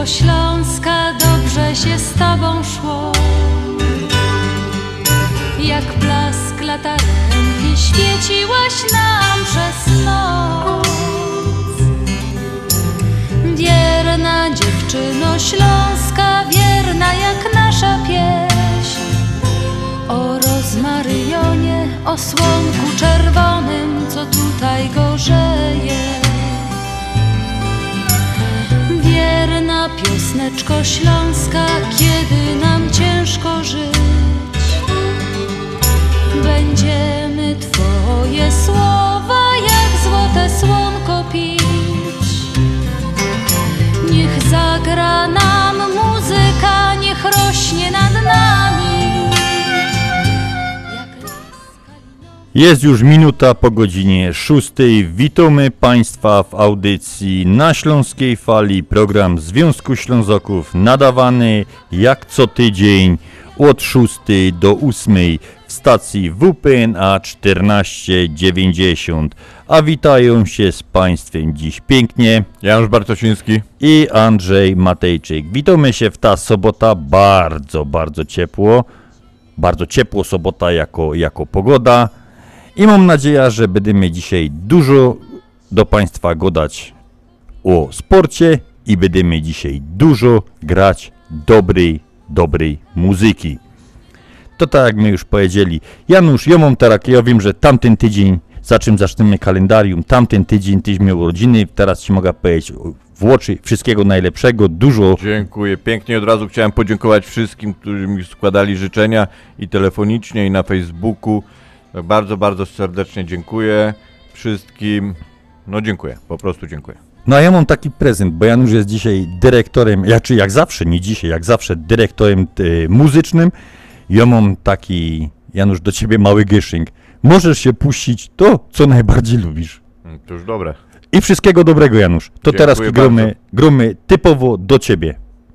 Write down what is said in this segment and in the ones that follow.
Śląska dobrze się z tobą szło. Jak blask latarenki świeciłaś nam przez noc. Wierna dziewczyno Śląska, wierna jak nasza pieśń. O rozmaryjonie, o słonku czerwonym, co tutaj gorzeje. Wierna piosneczko Śląska, kiedy nam ciężko żyć, będziemy twoje słowa jak złote słonko pić. Niech zagra nam muzyka, niech rośnie nad nami. Jest już minuta po godzinie 6. Witamy Państwa w audycji na Śląskiej Fali. Program Związku Ślązoków nadawany jak co tydzień od 6 do 8 w stacji WPNA 1490. A witają się z Państwem dziś pięknie Janusz Bartosiński i Andrzej Matejczyk. Witamy się w ta sobota bardzo ciepło. Bardzo ciepło sobota jako pogoda. I mam nadzieję, że będziemy dzisiaj dużo do Państwa gadać o sporcie i będziemy dzisiaj dużo grać dobrej muzyki. To tak jak my już powiedzieli. Janusz, ja mam teraz, ja wiem, że tamten tydzień, za czym zaczniemy kalendarium, tamten tydzień tyś miał urodziny, teraz Ci mogę powiedzieć w oczy wszystkiego najlepszego, dużo. Dziękuję pięknie, od razu chciałem podziękować wszystkim, którzy mi składali życzenia i telefonicznie i na Facebooku. Bardzo serdecznie dziękuję wszystkim. No dziękuję, po prostu dziękuję. No a ja mam taki prezent, bo Janusz jest dzisiaj dyrektorem, jak zawsze, nie dzisiaj, jak zawsze dyrektorem muzycznym. Ja mam taki, Janusz, do ciebie mały gieszynk. Możesz się puścić to, co najbardziej lubisz. To już dobre. I wszystkiego dobrego, Janusz. To dziękuję teraz gromy typowo do ciebie.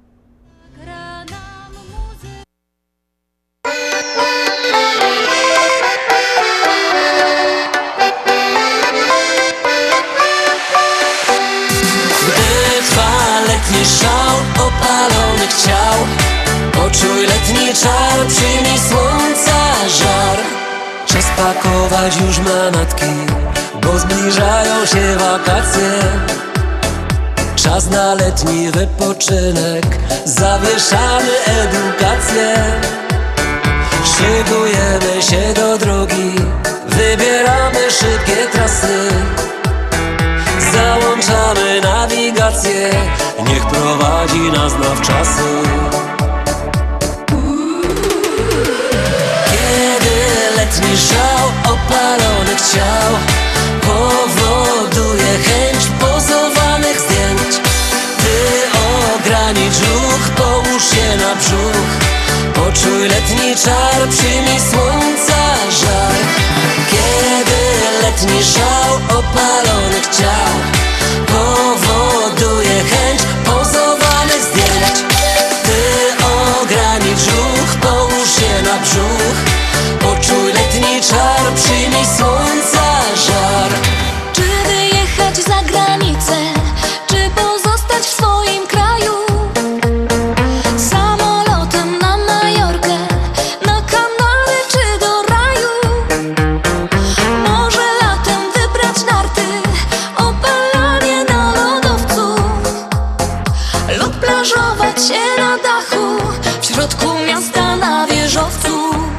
Szał opalonych ciał, poczuj letni czar, przyjmij słońca żar. Czas pakować już manatki, bo zbliżają się wakacje. Czas na letni wypoczynek, zawieszamy edukację. Szykujemy się do drogi, wybieramy szybkie trasy. Załączamy nawigację, niech prowadzi nas nawczasy. Kiedy letni szał opalonych ciał powoduje chęć pozowanych zdjęć, ty ogranicz ruch, połóż się na brzuch. Poczuj letni czar, przyjmij słońca żar. Kiedy letni szał opalonych ciał powoduje chęć pozowanych zdjęć, ty ogranicz ruch, połóż się na brzuch. Poczuj letni czar, przyjmij słońca żar. Czy wyjechać za granicę, czy pozostać w swoim kraju? Samolotem na Majorkę, na Kanary czy do raju? Może latem wybrać narty, opalanie na lodowcu, lub plażować się na dachu, w środku miasta na wieżowcu.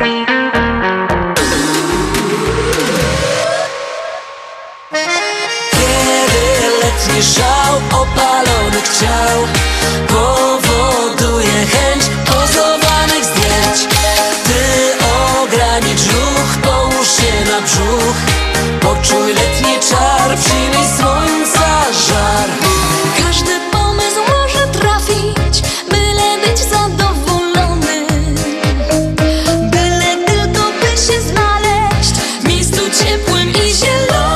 Szał opalonych ciał powoduje chęć pozowanych zdjęć, ty ogranicz ruch, połóż się na brzuch. Poczuj letni czar, przyjmij słońca żar. Każdy pomysł może trafić, byle być zadowolony, byle tylko by się znaleźć w miejscu ciepłym i zielonym.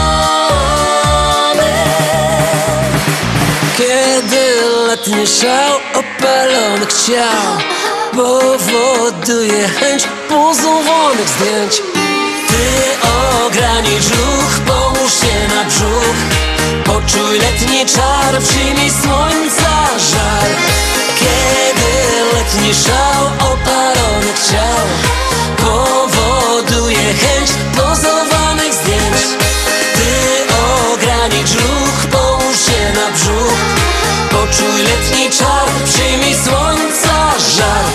Kiedy letni szał opalonych ciał powoduje chęć pozowanych zdjęć, ty ogranicz ruch, połóż się na brzuch. Poczuj letni czar, przyjmij słońca żar. szał opalonych ciał powoduje chęć pozowanych zdjęć. Ty ogranicz ruch, połóż się na brzuch, poczuj letni czar, przyjmij słońca żar.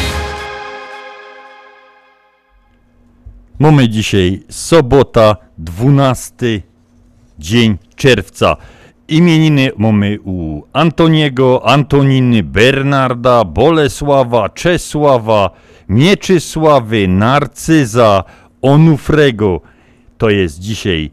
Mamy dzisiaj sobota, 12 dzień czerwca. Imieniny mamy u Antoniego, Antoniny, Bernarda, Bolesława, Czesława, Mieczysławy, Narcyza, Onufrego. To jest dzisiaj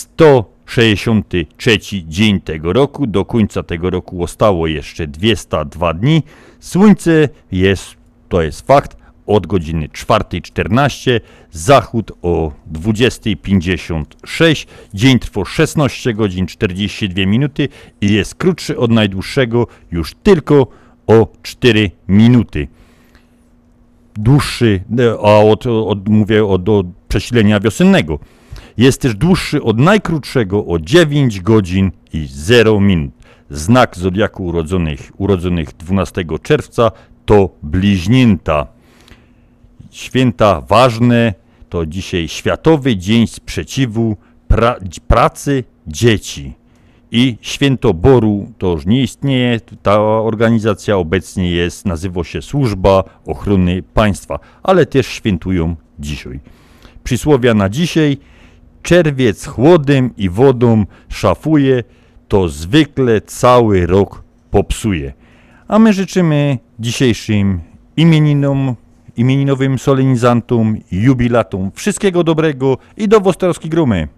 163 dzień tego roku. Do końca tego roku zostało jeszcze 202 dni. Słońce jest, to jest fakt, od godziny 4:14, zachód o 20:56, dzień trwa 16 godzin 42 minuty i jest krótszy od najdłuższego już tylko o 4 minuty. Dłuższy, a mówię od przesilenia wiosennego. Jest też dłuższy od najkrótszego o 9 godzin i 0 minut. Znak zodiaku urodzonych 12 czerwca to bliźnięta. Święta ważne to dzisiaj Światowy Dzień Sprzeciwu Pracy Dzieci. I Święto Boru to już nie istnieje, ta organizacja obecnie jest, nazywa się Służba Ochrony Państwa, ale też świętują dzisiaj. Przysłowia na dzisiaj: czerwiec chłodem i wodą szafuje, to zwykle cały rok popsuje. A my życzymy dzisiejszym imieninowym solenizantom i jubilatom wszystkiego dobrego i do Wosterowskiej Gromy.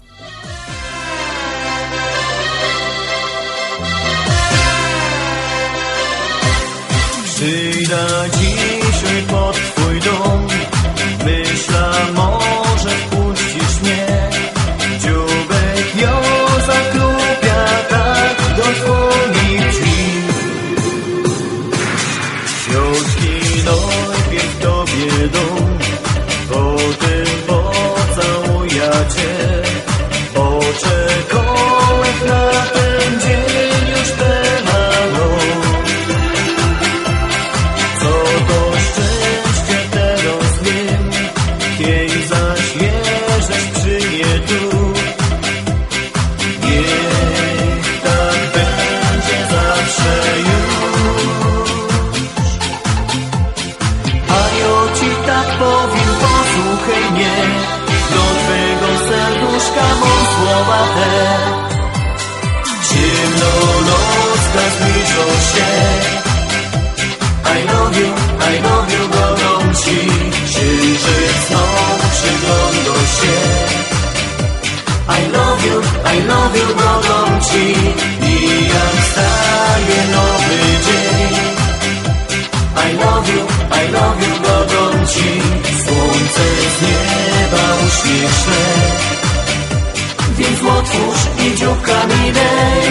Przyjdę dzisiaj pod twój dom, myślę, może wpuścisz mnie. Dziubek ją zaklupia tak do twoich drzwi. Książki najpierw tobie dom, potem pocałuję cię. Oczekałem na ten dzień już temat. Co to szczęście teraz wiem, jej zaś jeżdżesz przy mnie tu. Niech tak będzie zawsze już. A ja ci tak powiem, posłuchaj mnie, do twego serduszka mam słowa te. Ciemno nocka zbliżą się, I love you, godą ci. Księżyc znowu przygląda się. I love you, godą ci. I jak staje nowy dzień. I love you, godą ci. Słońce z nieba uśmiech szle, więc otwórz i dzióbkami dej.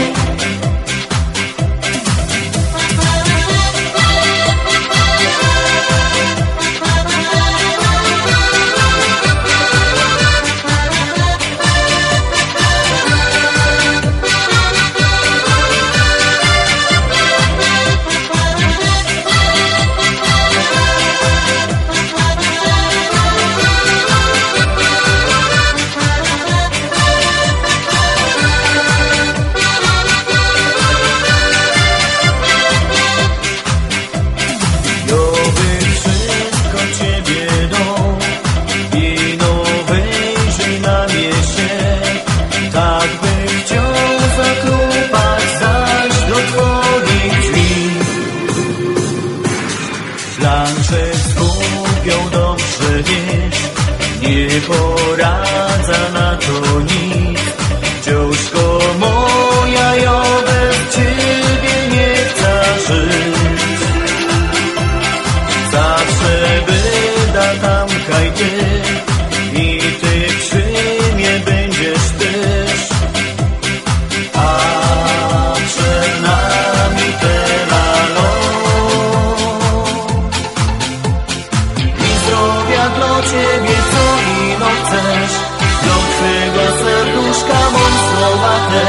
Nie poradza na to nic, dziążko moja, ja bez ciebie nie chcę żyć. Zawsze będę tam, kaj ty, i ty przy mnie będziesz też. A przed nami teraz noc i zdrowia dla ciebie, co ino chcesz. Do twego serduszka mam słowa te.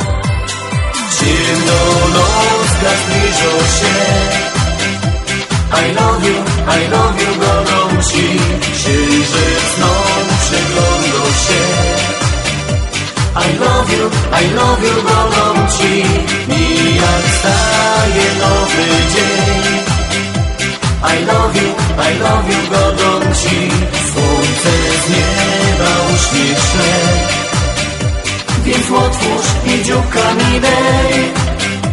Ciemno nocka zbliżą się. I I love you, godą ci. Księżyc znowu przeglądał się. I love you, godą ci. I jak staje nowy dzień. I love you, godą ci. Słońce z nieba uśmieszne. Więc otwórz i dzióbkami dej.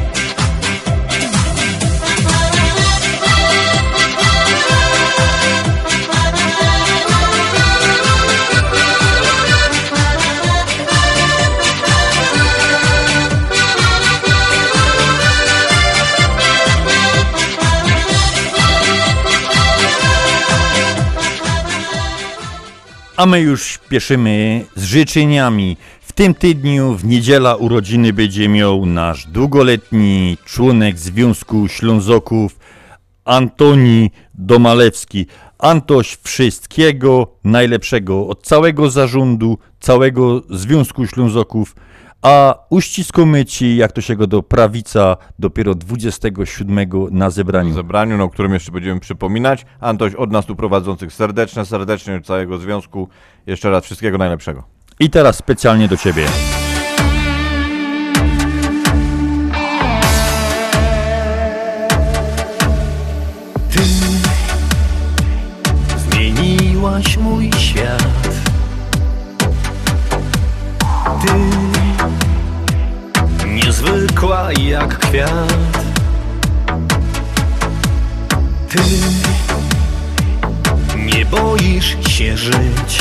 A my już śpieszymy z życzeniami. W tym tygodniu w niedziela urodziny będzie miał nasz długoletni członek Związku Ślązoków Antoni Domalewski. Antoś, wszystkiego najlepszego od całego zarządu, całego Związku Ślązoków, a uściskamy ci, jak to się go do prawica, dopiero 27 na zebraniu. O którym jeszcze będziemy przypominać. Antoś, od nas tu prowadzących serdecznie od całego związku. Jeszcze raz wszystkiego najlepszego. I teraz specjalnie do ciebie. Ty zmieniłaś mój świat. Ty niezwykła jak kwiat. Ty nie boisz się żyć.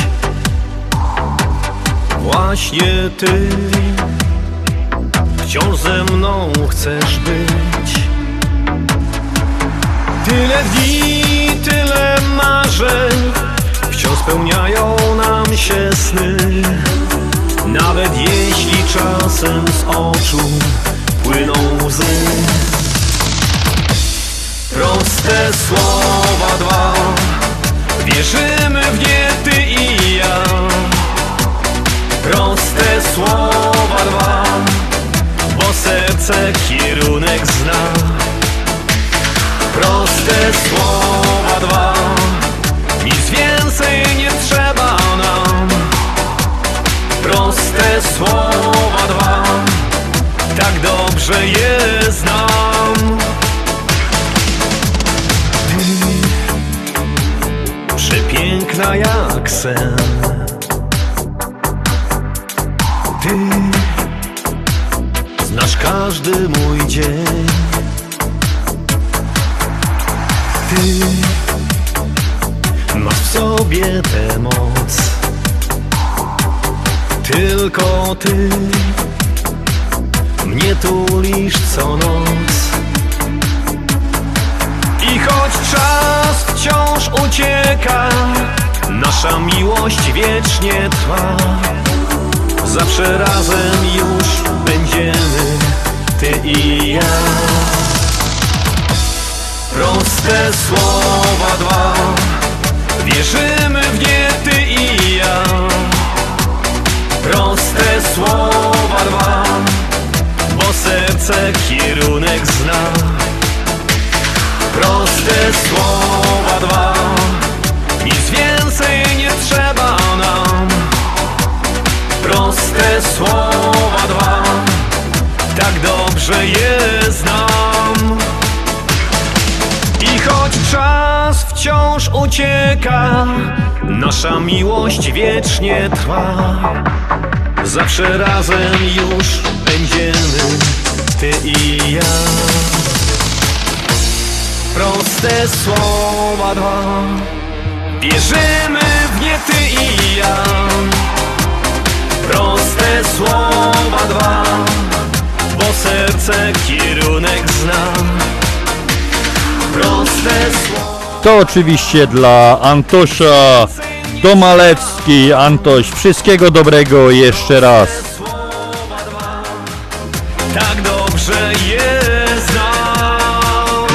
Właśnie ty wciąż ze mną chcesz być. Tyle dni, tyle marzeń, wciąż spełniają nam się sny. Nawet jeśli czasem z oczu płyną łzy. Proste słowa dwa, wierzymy w nie ty i ja. Proste słowa dwa, bo serce kierunek zna. Proste słowa dwa, nic więcej nie trzeba nam. Proste słowa dwa, tak dobrze je znam. Ty, przepiękna jak sen. Ty znasz każdy mój dzień. Ty masz w sobie tę moc. Tylko ty mnie tulisz co noc. I choć czas wciąż ucieka, nasza miłość wiecznie trwa. Zawsze razem już będziemy, ty i ja. Proste słowa dwa, wierzymy w nie ty i ja. Proste słowa dwa, bo serce kierunek zna. Proste słowa dwa, nic więcej nie trzeba nam. Proste słowa dwa, tak dobrze je znam. I choć czas wciąż ucieka, nasza miłość wiecznie trwa. Zawsze razem już będziemy, ty i ja. Proste słowa dwa, wierzymy w nie ty i ja. Proste słowa dwa, bo serce kierunek zna. Proste słowa. To oczywiście dla Antosia Domalewski. Antoś, wszystkiego dobrego jeszcze raz. Tak dobrze je znam.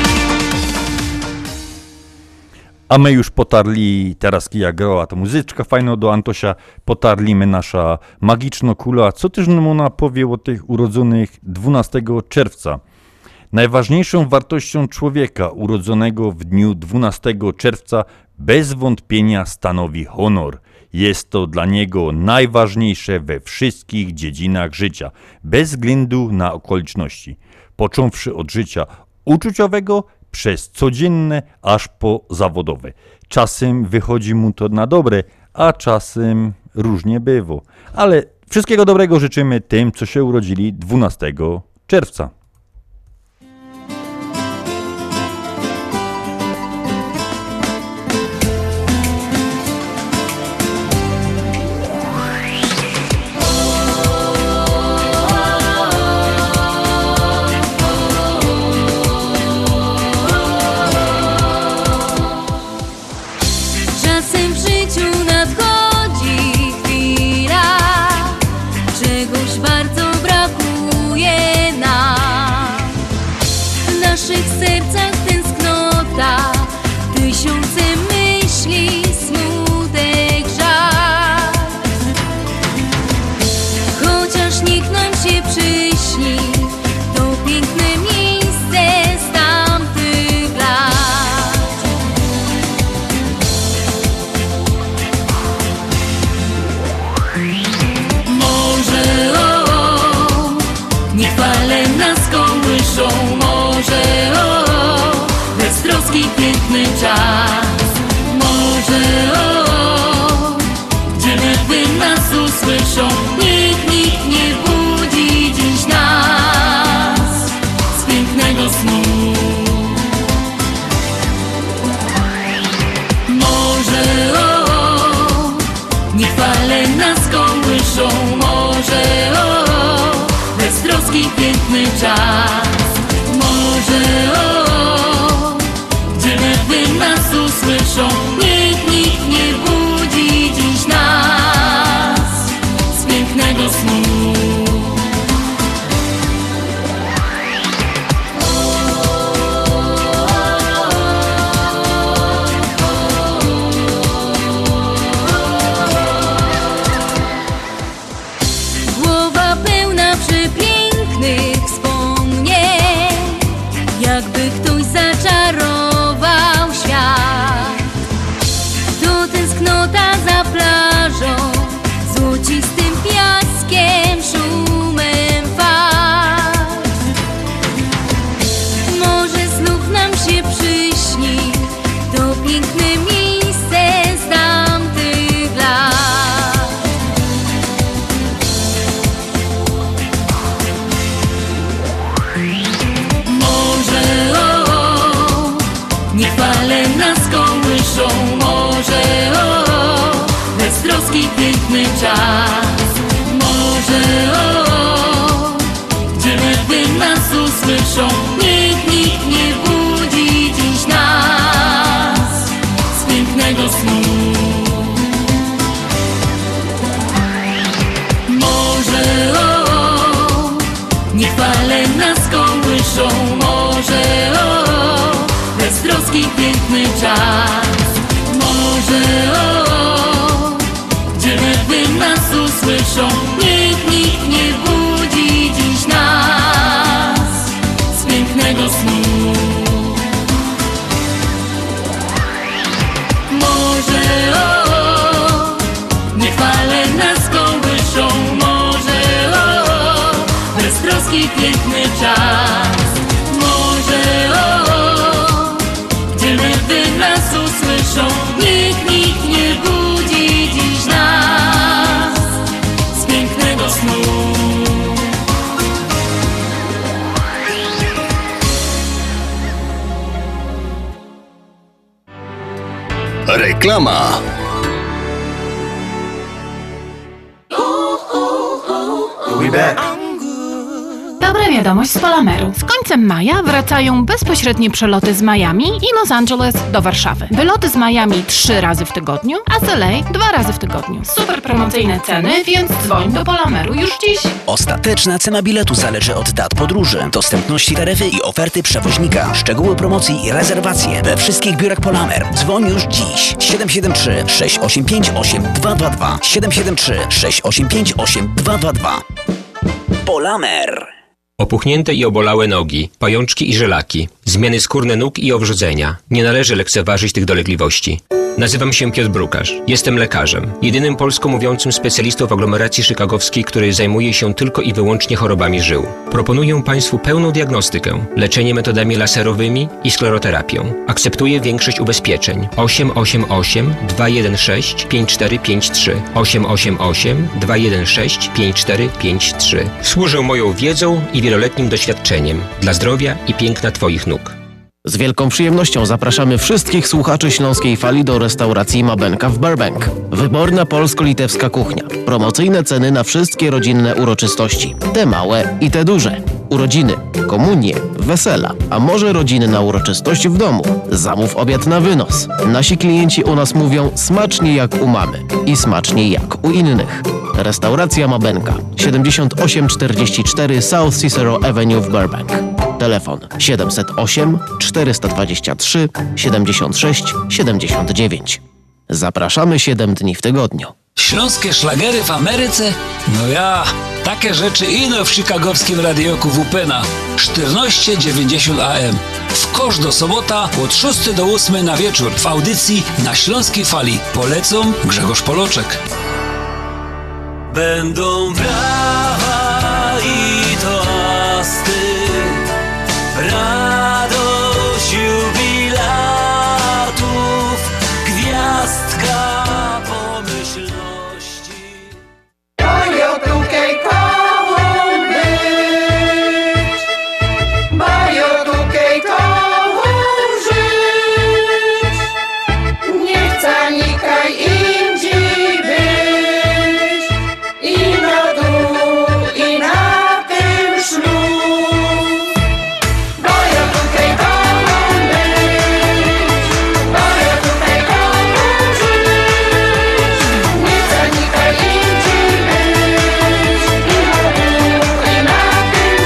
A my już potarli, teraz jak grała ta muzyczka fajna do Antosia, potarlimy nasza magiczna kula. Co też nam ona powie o tych urodzonych 12 czerwca? Najważniejszą wartością człowieka urodzonego w dniu 12 czerwca bez wątpienia stanowi honor. Jest to dla niego najważniejsze we wszystkich dziedzinach życia, bez względu na okoliczności, począwszy od życia uczuciowego, przez codzienne, aż po zawodowe. Czasem wychodzi mu to na dobre, a czasem różnie bywa. Ale wszystkiego dobrego życzymy tym, co się urodzili 12 czerwca. Czasem w życiu nadchodzi chwila, czegoś bardzo brakuje nam. W naszych sercach tęsknota, tysiące myśli, smutek, żal. Chociaż nikt nam się przyśni, to piękne miejsce z tamtych lat. Może niech fale nas kołyszą, może beztroski piękny czas. Może gdzie lewy nas usłyszą, nikt nie budzi dziś nas z pięknego snu. Może niech fale nas kołyszą, może beztroski piękny czas. Może gdzie lewy nas usłyszą, nikt nie budzi dziś nas z pięknego snu. Głowa pełna przepięknych wspomnień, jakby ktoś zaczarował świat. To tęsknota za plażą, złocistym piaskiem, szumem fal. Może znów nam się przyśni to piękne miejsce z tamtych lat. Może niech fale nas kołyszą, może beztroski piękny czas. Może gdzie lewy nas usłyszą, nikt nie budzi dziś nas z pięknego snu. Może niech fale nas kołyszą, może beztroski piękny czas. Może gdzie lewy nas usłyszą, nikt nie budzi dziś nas z pięknego snu. Może niech fale nas kołyszą, może beztroski piękny czas. Może gdzie lewy nas usłyszą, nikt nie budzi dziś nas z pięknego snu. Reklama. Dobra wiadomość z Polameru. Z końcem maja wracają bezpośrednie przeloty z Miami i Los Angeles do Warszawy. Wyloty z Miami 3 razy w tygodniu, a z LA 2 razy w tygodniu. Super promocyjne ceny, więc dzwoń do Polameru już dziś. Ostateczna cena biletu zależy od dat podróży, dostępności taryfy i oferty przewoźnika. Szczegóły promocji i rezerwacje we wszystkich biurach Polamer. Dzwoń już dziś. 773 685 8222 773 685 8222. Polamer. Opuchnięte i obolałe nogi, pajączki i żelaki, zmiany skórne nóg i owrzodzenia. Nie należy lekceważyć tych dolegliwości. Nazywam się Piotr Brukarz. Jestem lekarzem. Jedynym polsko mówiącym specjalistą w aglomeracji chicagowskiej, który zajmuje się tylko i wyłącznie chorobami żył. Proponuję Państwu pełną diagnostykę, leczenie metodami laserowymi i skleroterapią. Akceptuję większość ubezpieczeń. 888 216 5453 888 216 5453. Służę moją wiedzą i wieloletnim doświadczeniem dla zdrowia i piękna Twoich nóg. Z wielką przyjemnością zapraszamy wszystkich słuchaczy Śląskiej Fali do restauracji Mabenka w Burbank. Wyborna polsko-litewska kuchnia. Promocyjne ceny na wszystkie rodzinne uroczystości. Te małe i te duże. Urodziny, komunie, wesela, a może rodzinna uroczystość w domu. Zamów obiad na wynos. Nasi klienci u nas mówią smacznie jak u mamy i smacznie jak u innych. Restauracja Mabenka, 7844 South Cicero Avenue w Burbank. Telefon 708 423 76 79. Zapraszamy 7 dni w tygodniu. Śląskie szlagery w Ameryce? No ja, takie rzeczy ino w chicagowskim radioku WPNA 1490 AM. W kosz do sobota od 6 do 8 na wieczór w audycji na Śląskiej Fali. Polecą Grzegorz Poloczek. Będą brawa i toasty, radość jubilatów, gwiazdka pomyślności. Bajo tukaj kocham być, bajo tukaj kocham żyć, nie chcę nikaj indziej być, i na dół, i na tym ślub. Bajo tukaj kocham być, bajo tukaj kocham żyć, nie chcę nikaj indziej być, i na dół, i na tym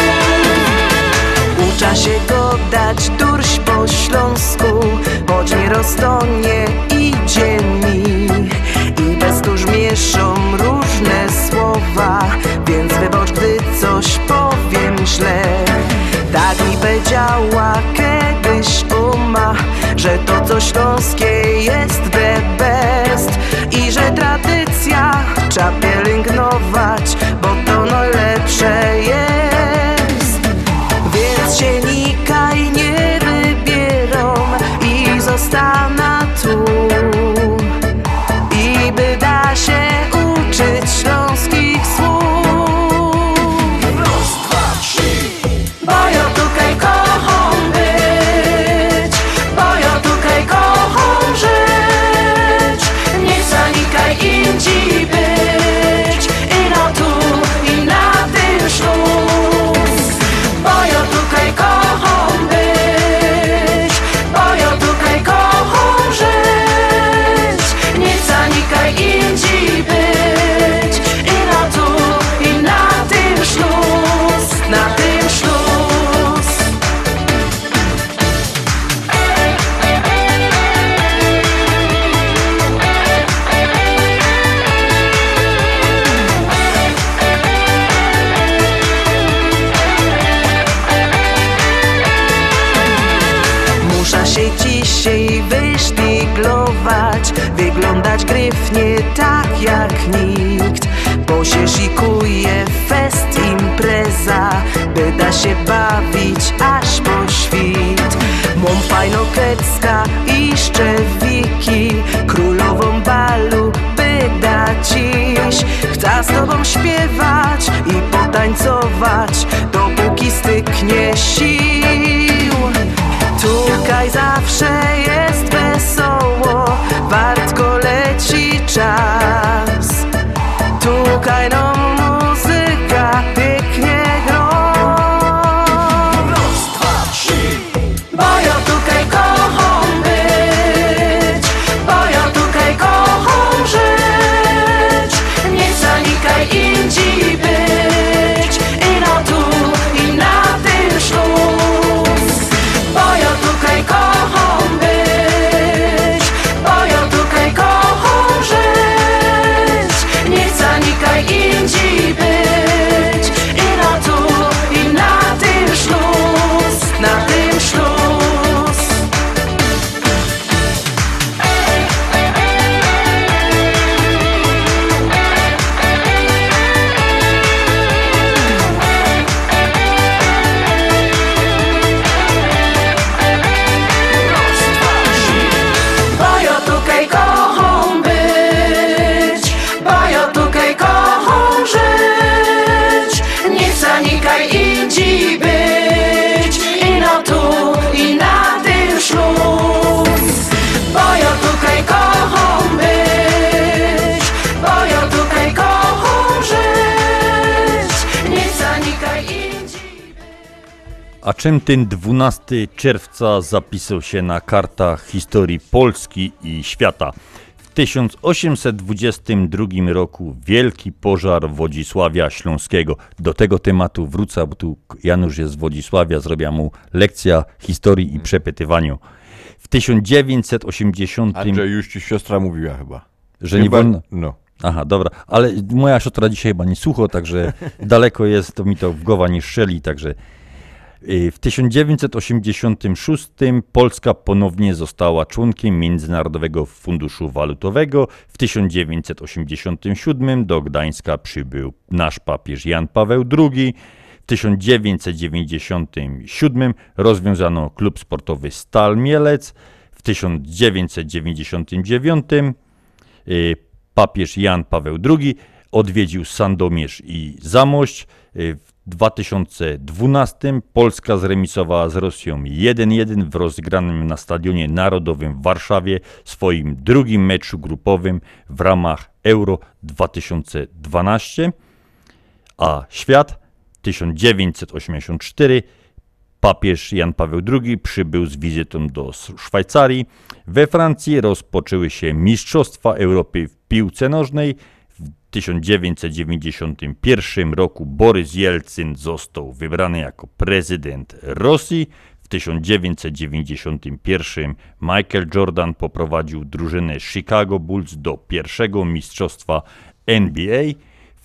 ślub. Ucza się go dać durś po śląsku, choć nie roztonie i dziennik i bez kurz mieszą różne słowa, więc wybacz, gdy coś powiem źle. Tak mi powiedziała kiedyś uma, że to co śląskie jest the best i że tradycja trzeba pielęgnować, bo to najlepsze jest. Więc się nikaj nie wybierą i zostanę tu, i by da się uczyć śląskich słów. Raz, dwa, trzy. Bo ja tukaj kocham być, bo ja tukaj kocham żyć, nie chcę nikaj indziej być, i na tu, i na tym ślub. Bo ja tukaj kocham być, bo ja tukaj kocham żyć, nie chcę nikaj indziej być, i na tu, i na tym ślub, na tym ślub. Muszę się dzisiaj wyszpiglować, wyglądać gryfnie tak jak nikt, bo się szykuje fest impreza, by da się bawić aż po świt. Mam fajną krecka i szczewiki, królową balu by da dziś. Chcę z tobą śpiewać i potańcować, dopóki styknie sił. Tukaj zawsze jest wesoło, wartko leci czas. Tukaj no muzyka pięknie gro. Raz, dwa, trzy. Bo ja tukaj kocham być, bo ja tukaj kocham żyć, nie chcę nikaj indziej być, i na tu, i na tym ślub. A czym ten 12 czerwca zapisał się na kartach historii Polski i świata? W 1822 roku wielki pożar Wodzisławia Śląskiego. Do tego tematu wrócę, bo tu Janusz jest z Wodzisławia, zrobiła mu lekcja historii i przepytywaniu. W 1980... Andrzej, już ci siostra mówiła chyba. Że nie wolno? No. Aha, dobra, ale moja siostra dzisiaj chyba nie słucha, także daleko jest, to mi to w głowa nie strzeli, także w 1986 Polska ponownie została członkiem Międzynarodowego Funduszu Walutowego. W 1987 do Gdańska przybył nasz papież Jan Paweł II. W 1997 rozwiązano klub sportowy Stal Mielec. W 1999 papież Jan Paweł II odwiedził Sandomierz i Zamość. W 2012 Polska zremisowała z Rosją 1-1 w rozegranym na Stadionie Narodowym w Warszawie swoim drugim meczu grupowym w ramach Euro 2012, a świat 1984 papież Jan Paweł II przybył z wizytą do Szwajcarii. We Francji rozpoczęły się Mistrzostwa Europy w piłce nożnej. W 1991 roku Borys Jelcyn został wybrany jako prezydent Rosji. W 1991 Michael Jordan poprowadził drużynę Chicago Bulls do pierwszego mistrzostwa NBA. W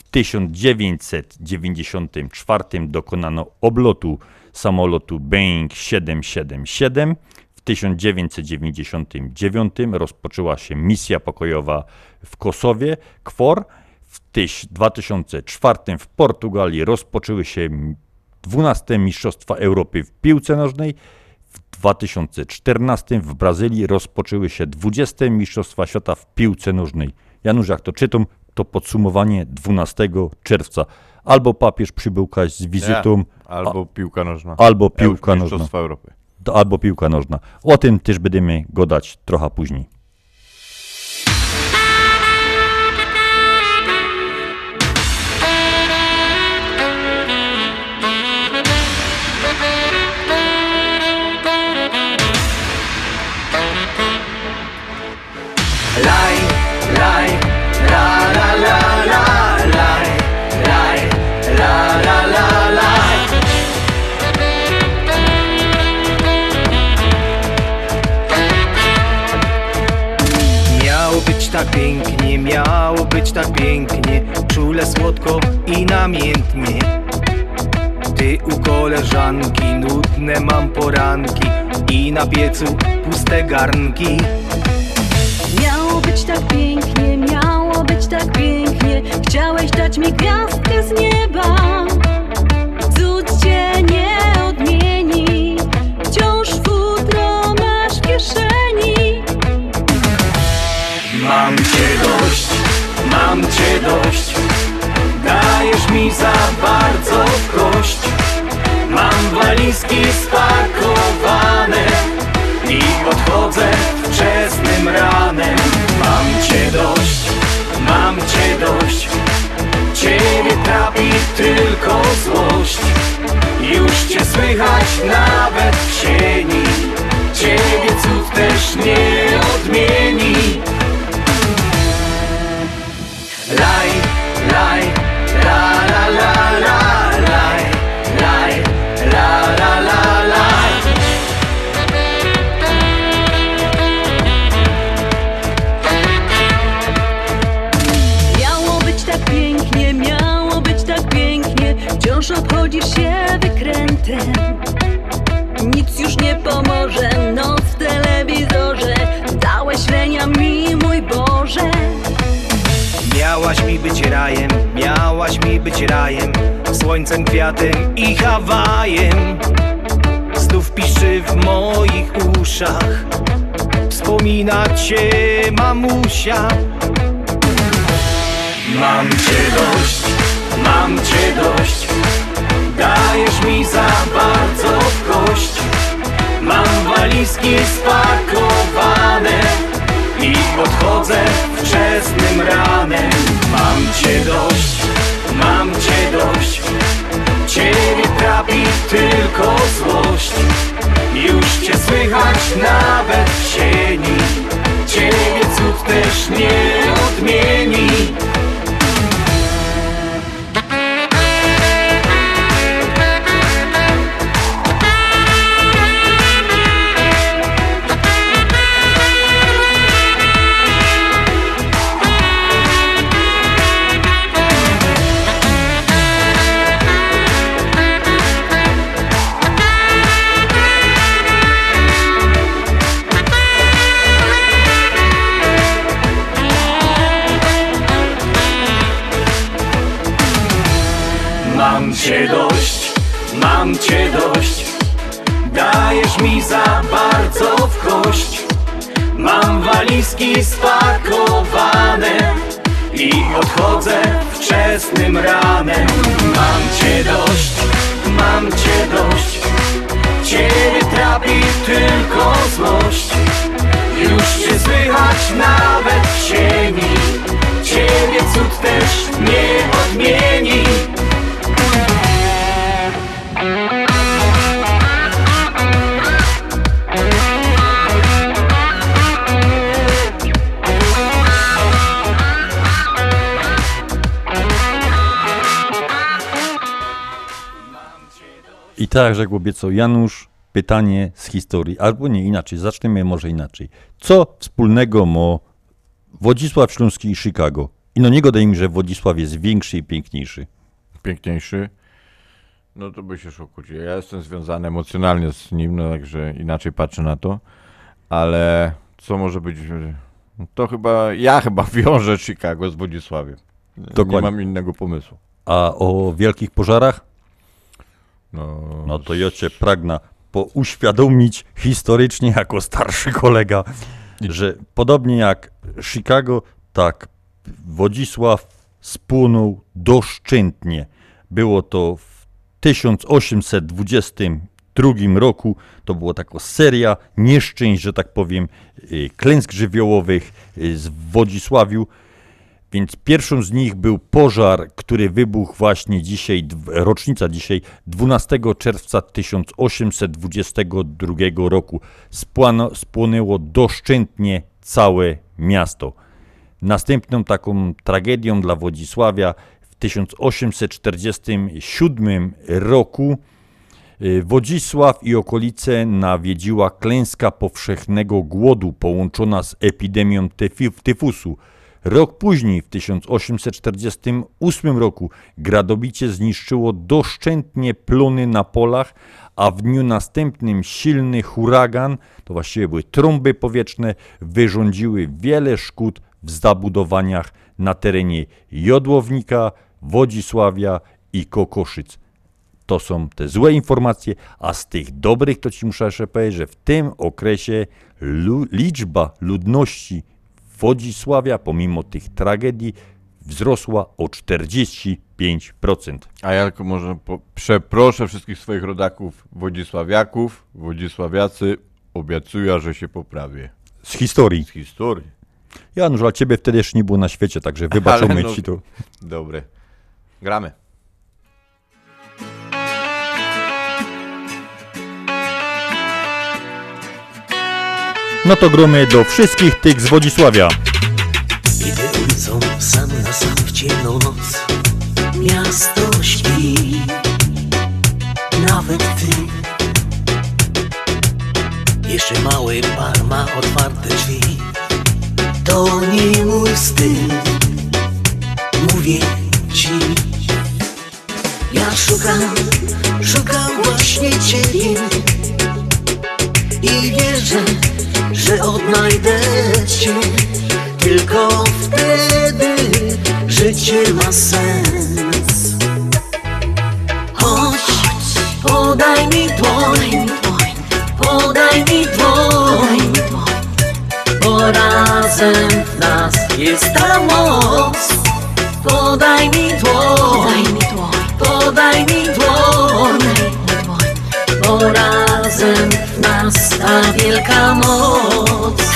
1994 dokonano oblotu samolotu Boeing 777. W 1999 rozpoczęła się misja pokojowa w Kosowie, KFOR. W 2004 w Portugalii rozpoczęły się 12 Mistrzostwa Europy w piłce nożnej. W 2014 w Brazylii rozpoczęły się 20 Mistrzostwa Świata w piłce nożnej. Janusz, jak to czytam, to podsumowanie 12 czerwca. Albo papież przybył z wizytą, albo piłka nożna. Albo piłka nożna. Mistrzostwa Europy. Albo piłka nożna. O tym też będziemy gadać trochę później. Laj, laj, la la la la, laj, laj, la la la laj. Miało być tak pięknie, miało być tak pięknie, czule, słodko i namiętnie. Ty u koleżanki, nudne mam poranki i na piecu puste garnki. Miało być tak pięknie, miało być tak pięknie. Chciałeś dać mi gwiazdkę z nieba. Cud cię nie odmieni, wciąż futro masz w kieszeni. Mam cię dość, dajesz mi za bardzo w kość. Mam walizki spakowane i odchodzę wczesnym ranem. Mam cię dość, ciebie trapi tylko złość. Już cię słychać nawet w sieni, ciebie cud też nie odmieni. Laj, laj, la la la la, laj, laj, la la la laj. Miało być tak pięknie, miało być tak pięknie. Wciąż obchodzisz się wykrętem. Nic już nie pomoże, noc w telewizorze. Dałeś lenia mi, mój Boże. Miałaś mi być rajem, miałaś mi być rajem, słońcem, kwiatem i Hawajem. Znów piszczy w moich uszach, wspomina cię mamusia. Mam cię dość, dajesz mi za bardzo w kość. Mam walizki spakowane i odchodzę wczesnym ranem. Mam cię dość, ciebie trapi tylko zło. odmieni, ciebie cud też nie odmieni. Mam cię dość, dajesz mi za bardzo w kość. Mam walizki spakowane i odchodzę wczesnym ranem. Mam cię dość, ciebie trapi tylko złość. Już cię słychać nawet w sieni, ciebie cud też nie odmieni. I tak jak rzekł obiecał Janusz, pytanie z historii, albo nie inaczej, zaczniemy może inaczej. Co wspólnego ma Wodzisław Śląski i Chicago? I no nie gadaj mi, że Wodzisław jest większy i piękniejszy. Piękniejszy? No to by się szło kłócić. Ja jestem związany emocjonalnie z nim, no także inaczej patrzę na to. Ale co może być? To ja chyba wiążę Chicago z Wodzisławiem. Dokładnie. Nie mam innego pomysłu. A o wielkich pożarach? No to ja cię pragnę uświadomić historycznie jako starszy kolega, że podobnie jak Chicago, tak Wodzisław spłonął doszczętnie. Było to w 1822 roku, to była taka seria nieszczęść, że tak powiem, klęsk żywiołowych w Wodzisławiu. Więc pierwszą z nich był pożar, który wybuchł właśnie dzisiaj, rocznica dzisiaj, 12 czerwca 1822 roku. Spłonęło doszczętnie całe miasto. Następną taką tragedią dla Wodzisławia w 1847 roku Wodzisław i okolice nawiedziła klęska powszechnego głodu połączona z epidemią tyfusu. Rok później, w 1848 roku, gradobicie zniszczyło doszczętnie plony na polach, a w dniu następnym silny huragan, to właściwie były trąby powietrzne, wyrządziły wiele szkód w zabudowaniach na terenie Jodłownika, Wodzisławia i Kokoszyc. To są te złe informacje, a z tych dobrych to ci muszę jeszcze powiedzieć, że w tym okresie liczba ludności Wodzisławia, pomimo tych tragedii, wzrosła o 45%. A ja tylko może przeproszę wszystkich swoich rodaków wodzisławiaków, wodzisławiacy, obiecuję, że się poprawię. Z historii. Z historii. Janusz, ale ciebie wtedy jeszcze nie było na świecie, także wybaczymy ci to. Dobre. Gramy. No to gromy do wszystkich tych z Wodzisławia. Idę ulicą sam na sam w ciemną noc. Miasto śpi, nawet ty. Jeszcze mały bar ma otwarte drzwi. To nie mój styl, mówię ci. Ja szukam właśnie ciebie i wierzę, że odnajdę cię. Tylko wtedy życie ma sens. Chodź, podaj mi dłoń, podaj mi dłoń, bo razem w nas jest ta moc. Podaj mi dłoń, podaj mi dłoń, bo razem w nas ta wielka moc.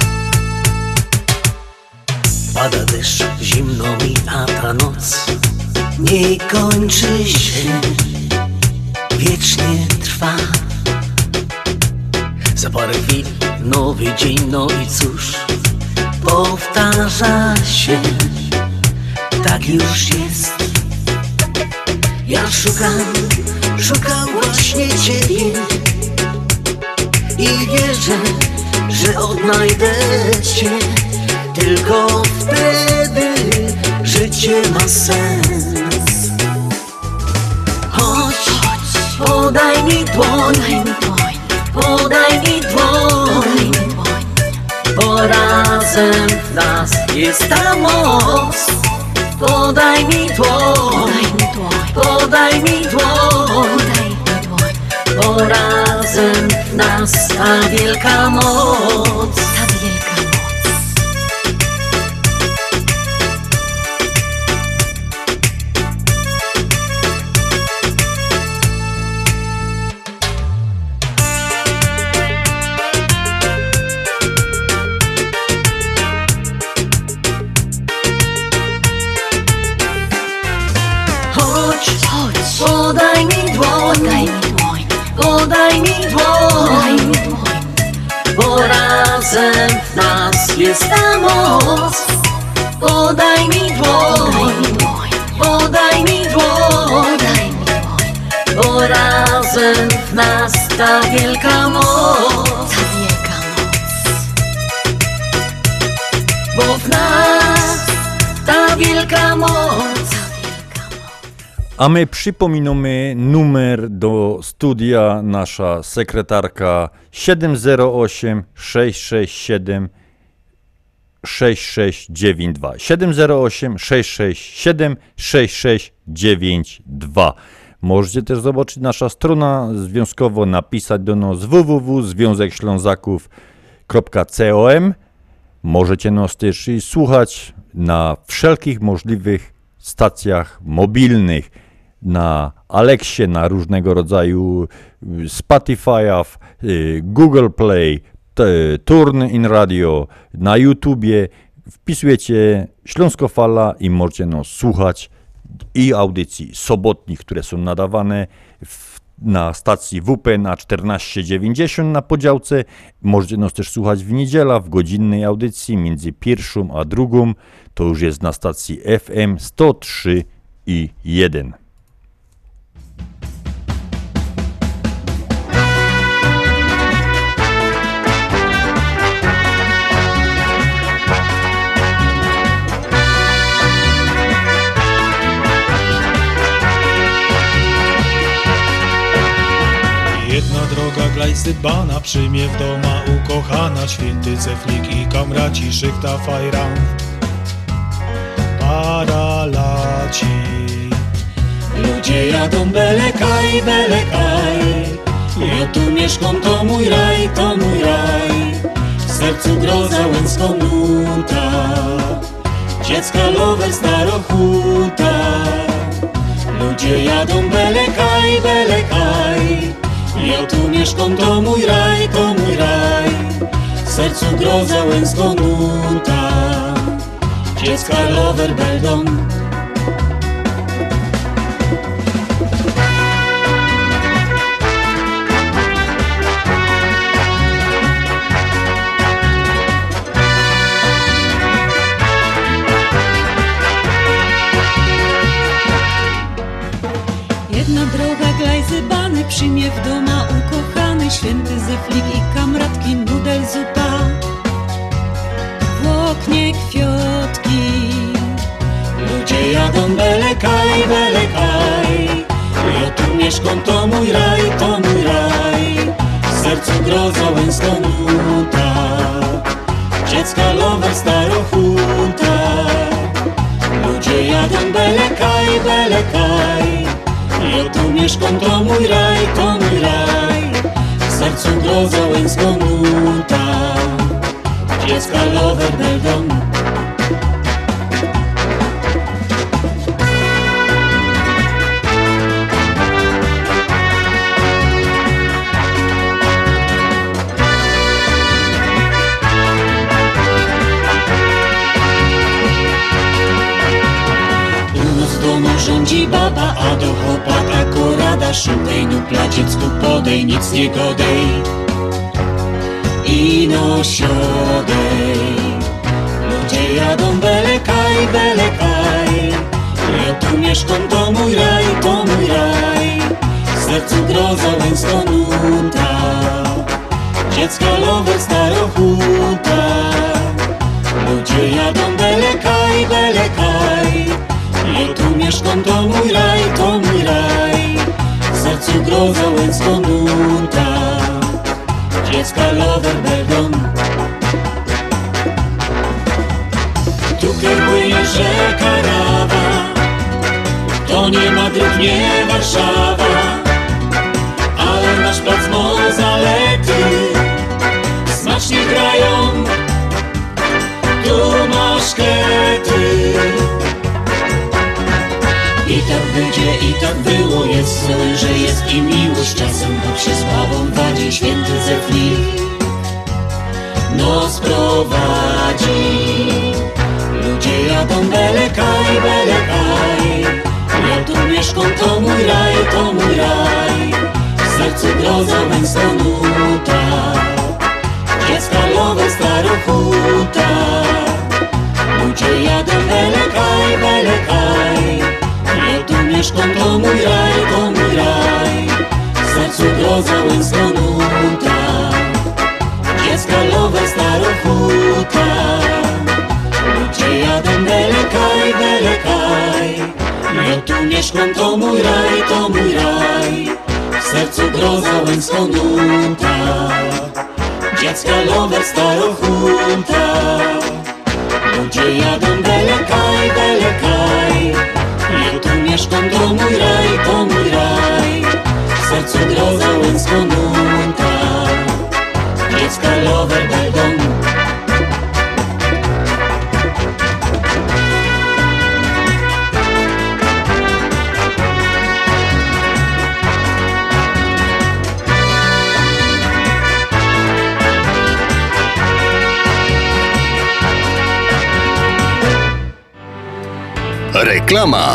Pada deszcz, zimno mi, a ta noc nie kończy się, wiecznie trwa. Za parę chwil nowy dzień, no i cóż, powtarza się, tak już jest. Ja szukam właśnie Ciebie i wierzę, że odnajdę Cię. Tylko wtedy życie ma sens. Chodź, podaj mi dłoń, podaj mi dłoń, bo razem w nas jest ta moc. Podaj mi dłoń, podaj mi dłoń, bo razem w nas ta wielka moc. Podaj mi dłoń, podaj mi dłoń, bo razem w nas jest ta moc. Podaj mi dłoń, podaj mi dłoń, bo razem w nas ta wielka moc. Bo w nas ta wielka moc. A my przypominamy numer do studia, nasza sekretarka 708 667 6692. 708 667 6692. Możecie też zobaczyć nasza strona związkowo, napisać do nas www.związekślązaków.com. Możecie nas też słuchać na wszelkich możliwych stacjach mobilnych, na Alexie, na różnego rodzaju Spotify'ach, Google Play, TuneIn Radio, na YouTubie. Wpisujecie Śląsko Fala i możecie nas słuchać i audycji sobotnich, które są nadawane na stacji WP na 1490 na Podziałce. Możecie nas też słuchać w niedziela w godzinnej audycji między pierwszą a drugą. To już jest na stacji FM 103,1. Jedna droga glajsybana przyjmie w doma ukochana, święty Zeflik i kamraci szychta fajran. Para laci. Ludzie jadą belekaj, belekaj, ja tu mieszkam, to mój raj, to mój raj. W sercu groza łęcką nuta, dziecka lover starochuta. Ludzie jadą belekaj, belekaj, ja tu mieszkam, to mój raj, to mój raj. W sercu groza łęcką nuta, dziecka lover beldą. Jedna droga glajzybany przyjmie w doma ukochany, święty Zeflik i kamratki nudel zupa. W oknie kwiatki. Ludzie jadą belekaj, belekaj, ja tu mieszkam, to mój raj, to mój raj. W sercu groza łęcką nuta, dziecka lover starochuta. Ludzie jadą belekaj, belekaj, ja tu mieszkam, to mój raj, to mój raj. W sercu groza łęcką nuta, dziecka lover beldą. rządzi baba, a do chłopaka korada. Szukaj nupla, dziecku podej, nic nie godej. Ino siodej. Ludzie jadą belekaj, belekaj. Ja tu mieszkam, to mój raj, to mój raj. W sercu groza, więc to nuta. Dziecka lover, starochuta. Ludzie jadą belekaj, belekaj. Ja tu mieszkam, to mój raj, to mój raj. W sercu groza, więc to nuta. Dziecka lover, belgon. Tutaj płynie rzeka Rawa. To nie Madryt, nie Warszawa, ale nasz plac ma zalety. Smacznie grają tu maszkety. I tak będzie, i tak było, jest sól, że jest i miłość. Czasem Bóg się z babą wadzi, święty Zeflik nos prowadzi. Ludzie jadą belekaj, belekaj. Ja tu mieszkam, to mój raj, to mój raj. W sercu groza, więc to nuta. Dziecka lowe, starochuta. Ludzie jadą belekaj, belekaj. Ja tu mieszkam, to mój raj, to mój raj. W sercu groza, więc to nuta. Dziecka lowe, starochuta. Ludzie jadą belekaj, belekaj. Ja tu mieszkam, to mój raj, to mój raj. W sercu groza, więc to nuta. Dziecka lover, starochuta. Ludzie jadą belekaj, belekaj. Ja tu mieszkam, to mój raj, to mój raj. W sercu groza, więc to nuta. Dziecka lover, belgon. Reklama.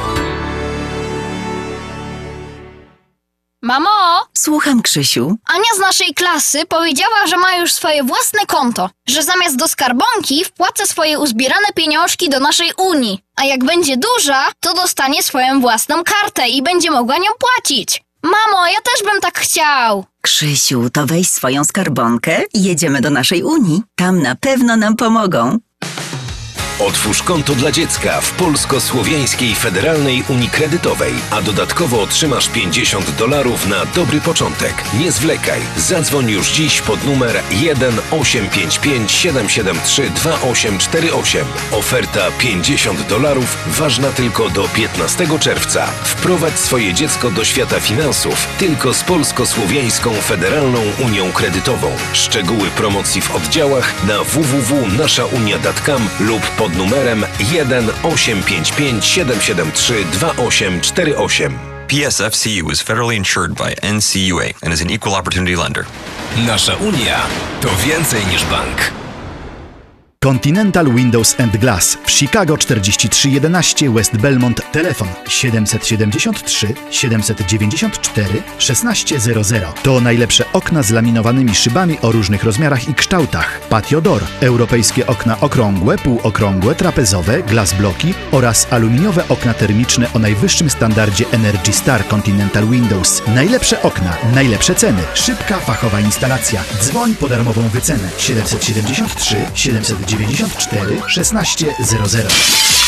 Mamo! Słucham, Krzysiu. Ania z naszej klasy powiedziała, że ma już swoje własne konto, że zamiast do skarbonki wpłaca swoje uzbierane pieniążki do naszej Unii, a jak będzie duża, to dostanie swoją własną kartę i będzie mogła nią płacić. Mamo, ja też bym tak chciał. Krzysiu, to weź swoją skarbonkę i jedziemy do naszej Unii. Tam na pewno nam pomogą. Otwórz konto dla dziecka w Polsko-Słowiańskiej Federalnej Unii Kredytowej, a dodatkowo otrzymasz $50 na dobry początek. Nie zwlekaj, zadzwoń już dziś pod numer 1-855-773-2848. Oferta $50 ważna tylko do 15 czerwca. Wprowadź swoje dziecko do świata finansów tylko z Polsko-Słowiańską Federalną Unią Kredytową. Szczegóły promocji w oddziałach na www.naszaunia.com lub pod numerem 1-855-773-2848. PSFCU is federally insured by NCUA and is an equal opportunity lender. Nasza Unia to więcej niż bank. Continental Windows and Glass w Chicago 4311 West Belmont. Telefon 773 794 1600. To najlepsze okna z laminowanymi szybami o różnych rozmiarach i kształtach. Patio door, europejskie okna okrągłe, półokrągłe, trapezowe, glass bloki oraz aluminiowe okna termiczne o najwyższym standardzie Energy Star Continental Windows. Najlepsze okna, najlepsze ceny, szybka, fachowa instalacja. Dzwoń po darmową wycenę 773 794 1600.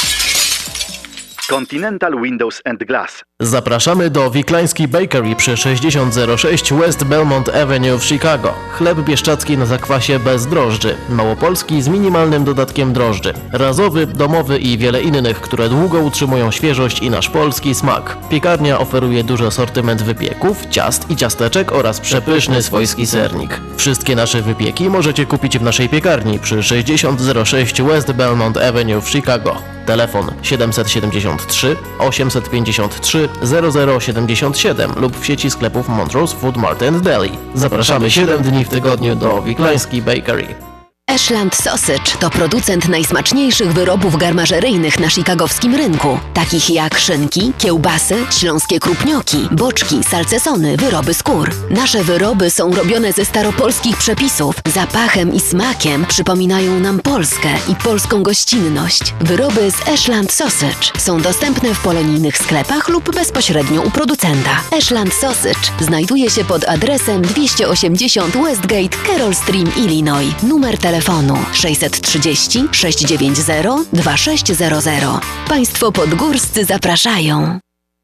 Continental Windows and Glass. Zapraszamy do Wiklański Bakery przy 6006 West Belmont Avenue w Chicago. Chleb bieszczacki na zakwasie bez drożdży, małopolski z minimalnym dodatkiem drożdży, razowy, domowy i wiele innych, które długo utrzymują świeżość i nasz polski smak. Piekarnia oferuje duży asortyment wypieków, ciast i ciasteczek oraz przepyszny swojski sernik. Wszystkie nasze wypieki możecie kupić w naszej piekarni przy 6006 West Belmont Avenue w Chicago. Telefon 773 853 0077 lub w sieci sklepów Montrose Food Mart and Deli. Zapraszamy 7 dni w tygodniu do Wiklański Bakery. Ashland Sausage to producent najsmaczniejszych wyrobów garmażeryjnych na chicagowskim rynku, takich jak szynki, kiełbasy, śląskie krupnioki, boczki, salcesony, wyroby skór. Nasze wyroby są robione ze staropolskich przepisów. Zapachem i smakiem przypominają nam Polskę i polską gościnność. Wyroby z Ashland Sausage są dostępne w polonijnych sklepach lub bezpośrednio u producenta. Ashland Sausage znajduje się pod adresem 280 Westgate, Carroll Stream, Illinois. Numer telefonu 630 690 2600. Państwo podgórscy zapraszają.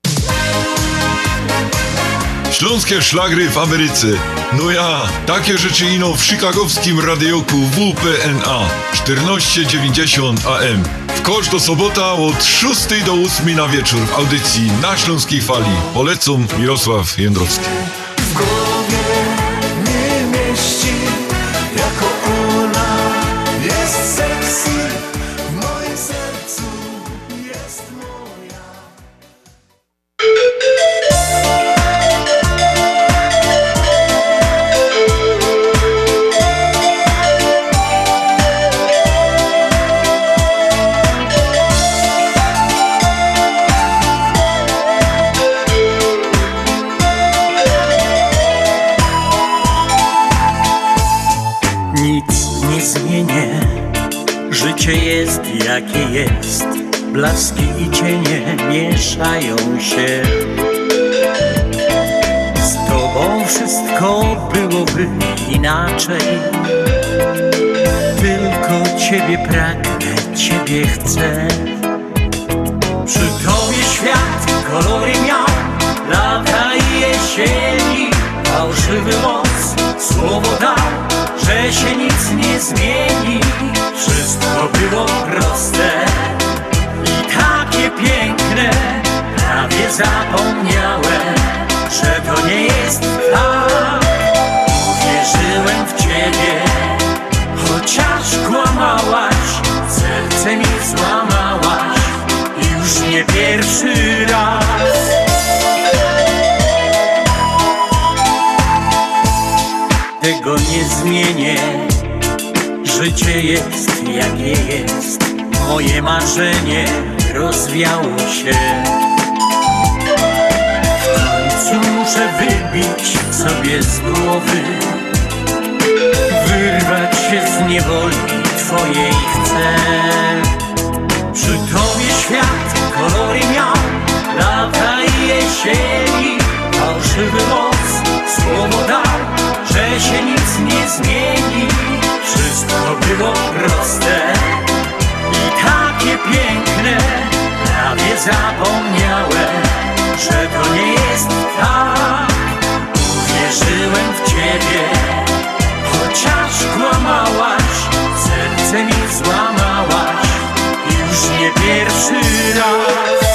Śląskie szlagry w Ameryce. No ja, takie rzeczy ino w chicagowskim radioku WPNA 1490 AM. W każdą sobota od 6 do 8 na wieczór w audycji na Śląskiej Fali. Polecam Mirosław Jędrowski. W głowie nie mieści, jako ona jest sexy, w moim sercu jest moja. Zmienię. Życie jest jakie jest, blaski i cienie mieszają się. Z tobą wszystko byłoby inaczej. Tylko ciebie pragnę, ciebie chcę. Przy tobie świat kolory miał, lata i jesieni. Fałszywy moc słowo dał, że się nic nie zmieni. Wszystko było proste i takie piękne. Prawie zapomniałem, że to nie jest tak. Uwierzyłem w ciebie, chociaż kłamałaś. Serce mi złamałaś, już nie pierwszy raz. Tego nie zmienię. Życie jest jakie jest. Moje marzenie rozwiało się. W końcu muszę wybić sobie z głowy, wyrwać się z niewoli twojej chcę. Przy tobie świat kolory miał, lata i jesieni. Fałszywy moc słowo dał, że się nic nie zmieni. Wszystko było proste i takie piękne. Prawie zapomniałem, że to nie jest tak. Uwierzyłem w ciebie, chociaż kłamałaś. Serce mi złamałaś, już nie pierwszy raz.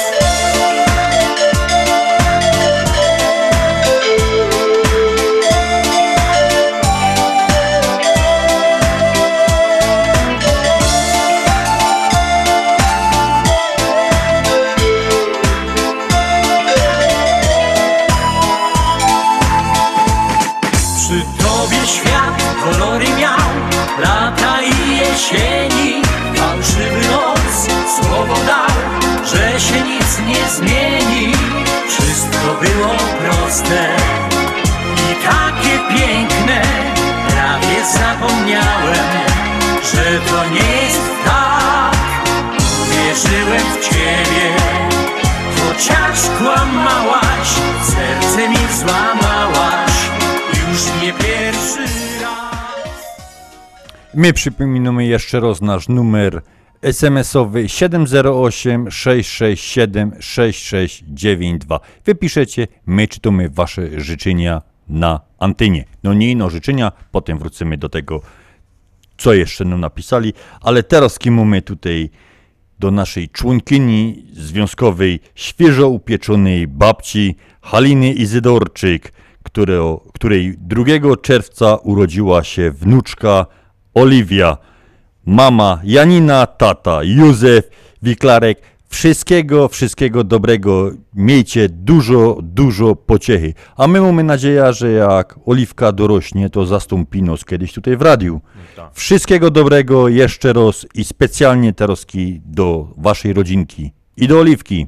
Fałszywy noc słowo dał, że się nic nie zmieni. Wszystko było proste i takie piękne. Prawie zapomniałem, że to nie jest tak. Uwierzyłem w ciebie, chociaż kłamałaś. Serce mi złamałaś, już nie pierwszy raz. My przypominamy jeszcze raz nasz numer SMS-owy 708 667 6692. Wypiszecie, my czytamy wasze życzenia na antenie. No nie ino życzenia, potem wrócimy do tego, co jeszcze nam napisali, ale teraz mamy tutaj do naszej członkini związkowej, świeżo upieczonej babci Haliny Izydorczyk, której 2 czerwca urodziła się wnuczka Oliwia. Mama Janina, tata Józef Wiklarek Wszystkiego dobrego. Miejcie dużo pociechy. A my mamy nadzieję, że jak Oliwka dorośnie, to zastąpi nas kiedyś tutaj w radiu. Wszystkiego dobrego jeszcze raz i specjalnie teraz do waszej rodzinki i do Oliwki.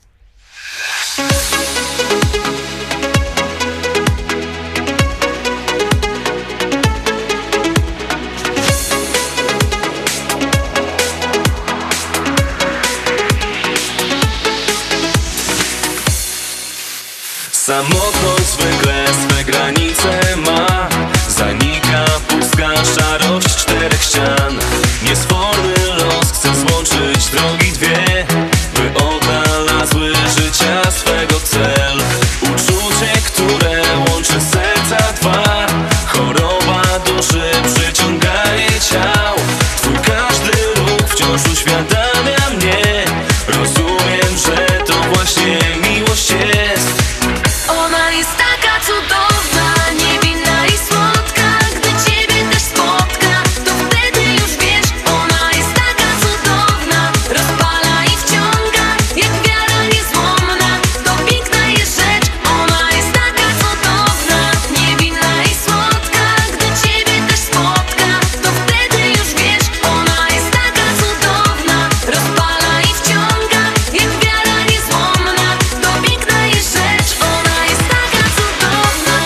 Samotność zwykle swe granice ma. Zanika pustka szarość czterech ścian. Niesforny los chce złączyć drogi dwie, by odnalazły życia swego cel. Uczucie, które łączy serca dwa. Choroba duszy, przyciąganie ciał. Twój każdy ruch wciąż uświadamia mnie. Rozumiem, że to właśnie miłość jest. Ona jest taka cudowna, niewinna i słodka. Gdy ciebie też spotka, to wtedy już wiesz. Ona jest taka cudowna, rozpala i wciąga, jak wiara niezłomna. To piękna jest rzecz. Ona jest taka cudowna, niewinna i słodka. Gdy ciebie też spotka, to wtedy już wiesz. Ona jest taka cudowna, rozpala i wciąga, jak wiara niezłomna. To piękna jest rzecz. Ona jest taka cudowna.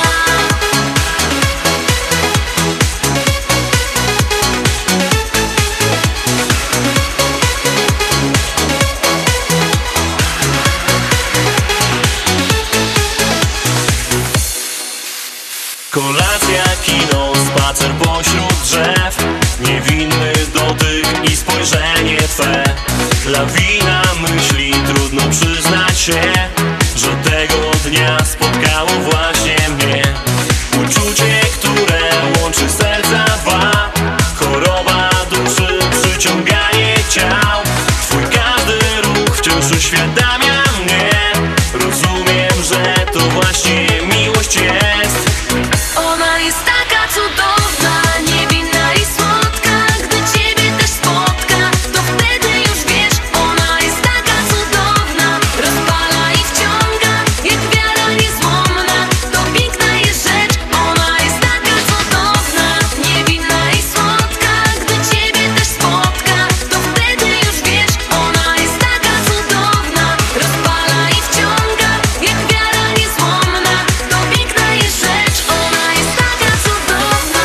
Kolacja, kino, spacer pośród drzew. Niewinny dotyk i spojrzenie twe. Lawina myśli, trudno przyznać się, że tego dnia spotkało właśnie mnie. Uczucie, które łączy serca dwa. Choroba duszy, przyciąganie ciał. Twój każdy ruch wciąż uświadamia mnie. Rozumiem, że to właśnie miłość jest. Ona jest taka cudowna, niewinna i słodka. Gdy ciebie też spotka, to wtedy już wiesz. Ona jest taka cudowna, rozpala i wciąga, jak wiara niezłomna. To piękna jest rzecz. Ona jest taka cudowna, niewinna i słodka. Gdy ciebie też spotka, to wtedy już wiesz. Ona jest taka cudowna, rozpala i wciąga, jak wiara niezłomna. To piękna jest rzecz. Ona jest taka cudowna.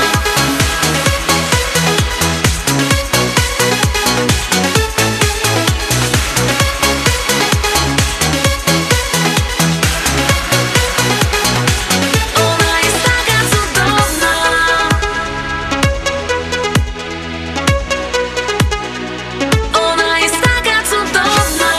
Ona jest taka cudowna. Ona jest taka cudowna.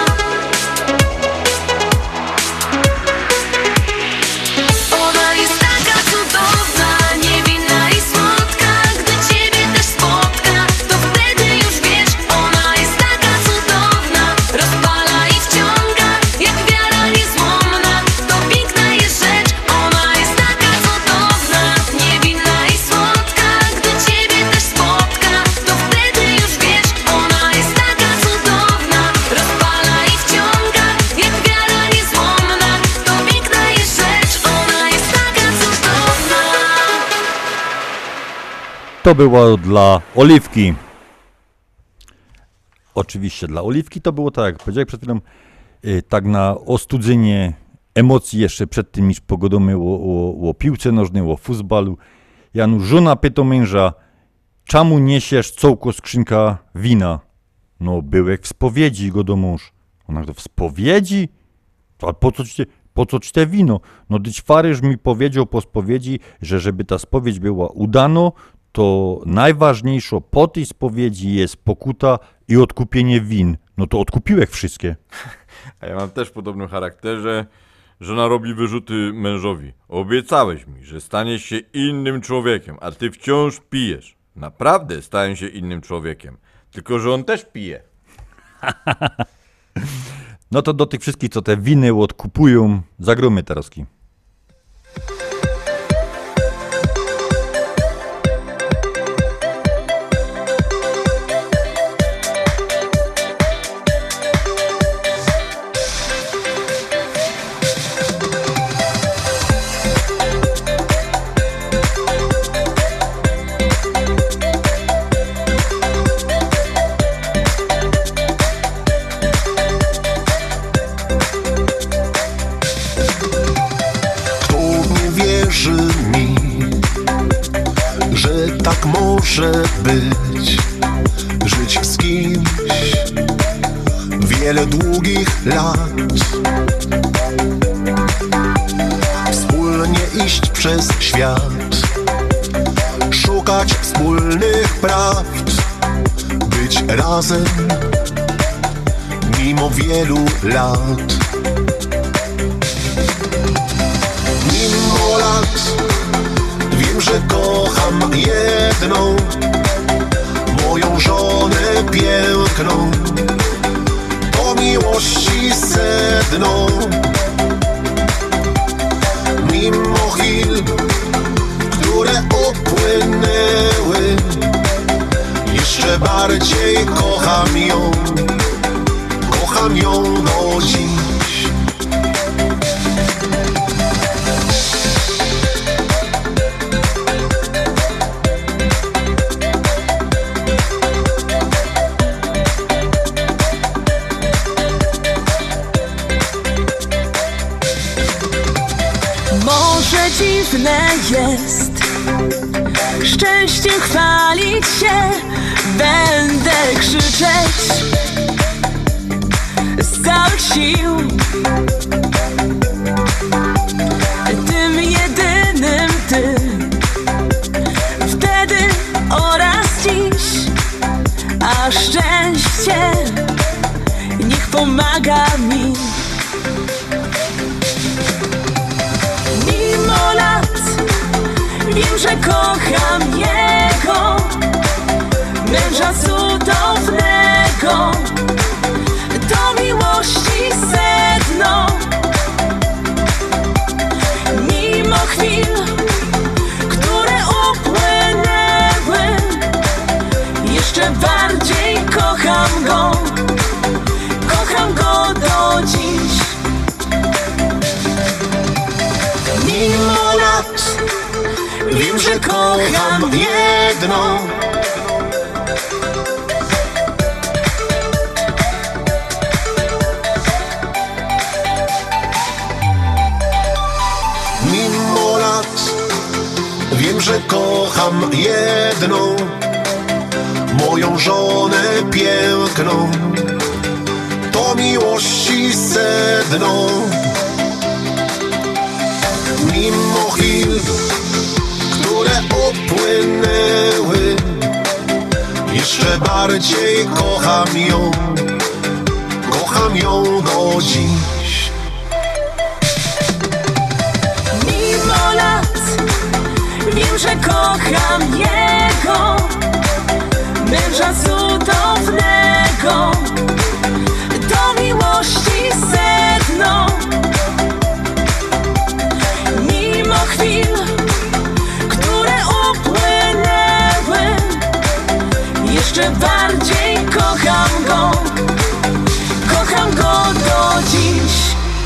Ona jest taka cudowna, niewinna i słodka. Gdy ciebie też spotka, to wtedy już wiesz. Ona jest taka cudowna, rozpala i wciąga, jak wiara niezłomna. To piękna jest rzecz. Ona jest taka cudowna, niewinna i słodka. Gdy ciebie też spotka, to wtedy już wiesz. Ona jest taka cudowna, rozpala i wciąga, jak wiara niezłomna. To piękna jest rzecz. Ona jest taka cudowna. To było dla Oliwki. Oczywiście dla Oliwki to było tak, jak powiedziałem przed chwilą, tak na ostudzenie emocji jeszcze przed tym, niż pogadamy o piłce nożnej, o futbalu. Janu, żona pyta męża, czemu niesiesz całko skrzynka wina? No, byłek w spowiedzi, go do mąż. Ona to w spowiedzi? A po co ci te wino? No, dyć faryż mi powiedział po spowiedzi, że żeby ta spowiedź była udana, to najważniejsze po tej spowiedzi jest pokuta i odkupienie win. No to odkupiłek wszystkie. A ja mam też w podobnym charakterze. Żona robi wyrzuty mężowi. Obiecałeś mi, że staniesz się innym człowiekiem, a ty wciąż pijesz. Naprawdę stałem się innym człowiekiem. Tylko że on też pije. No to do tych wszystkich, co te winy odkupują, zagromy terazki. może być żyć z kimś wiele długich lat, wspólnie iść przez świat, szukać wspólnych prawd, być razem mimo wielu lat. Mimo lat wiem, że kocham jedną, moją żonę piękną, to miłości sedno. Mimo chwil, które upłynęły, jeszcze bardziej kocham ją do dziś. Może dziwne jest szczęściem chwalić się, będę krzyczeć z całych sił. Tym jedynym ty, wtedy oraz dziś, a szczęście niech pomaga mi. Mimo lat wiem, że kocham jego, męża cudownego, do miłości sedno. Mimo chwil, które upłynęły, jeszcze bardziej kocham go do dziś. Mimo lat wiem, że kocham jedną, mimo lat wiem, że kocham jedną, moją żonę piękną, to miłości sedno. Mimo chwil, które upłynęły, jeszcze bardziej kocham ją do dziś. Mimo lat wiem, że kocham jego, męża cudownego, do miłości sedno. Mimo chwil, które upłynęły, jeszcze bardziej kocham go do dziś.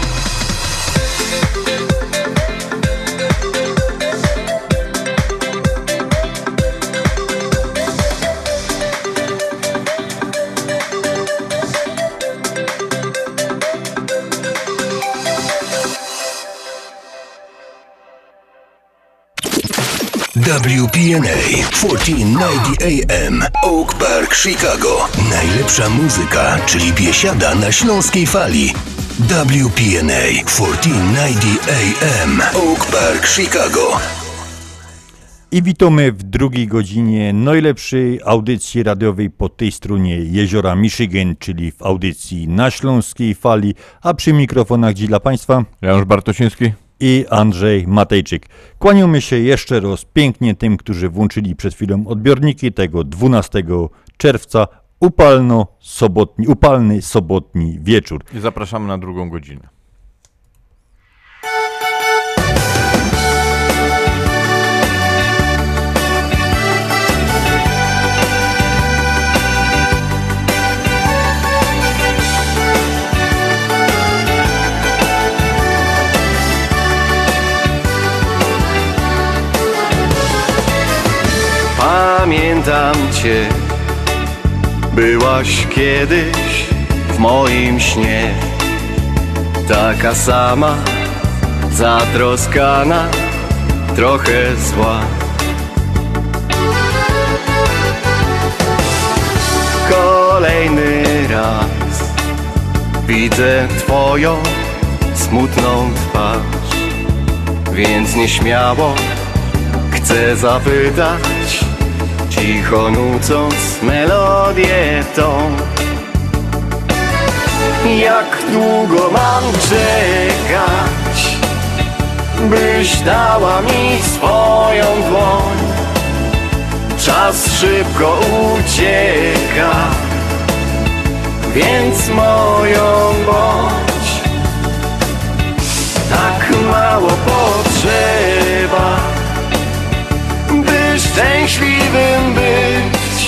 WPNA 1490 AM Oak Park, Chicago. Najlepsza muzyka, czyli biesiada na śląskiej fali. WPNA 1490 AM Oak Park, Chicago. I witamy w drugiej godzinie najlepszej audycji radiowej po tej stronie jeziora Michigan, czyli w audycji na śląskiej fali, a przy mikrofonach dziś dla Państwa Janusz Bartosiński i Andrzej Matejczyk. Kłaniamy się jeszcze raz pięknie tym, którzy włączyli przed chwilą odbiorniki tego 12 czerwca, upalny sobotni wieczór. I zapraszamy na drugą godzinę. Pamiętam Cię, byłaś kiedyś w moim śnie, taka sama, zatroskana, trochę zła. kolejny raz widzę twoją smutną twarz, więc nieśmiało chcę zapytać, cicho nucąc melodię tą. Jak długo mam czekać, byś dała mi swoją dłoń? Czas szybko ucieka, więc moją bądź. Tak mało potrzeba, by szczęśliwym być.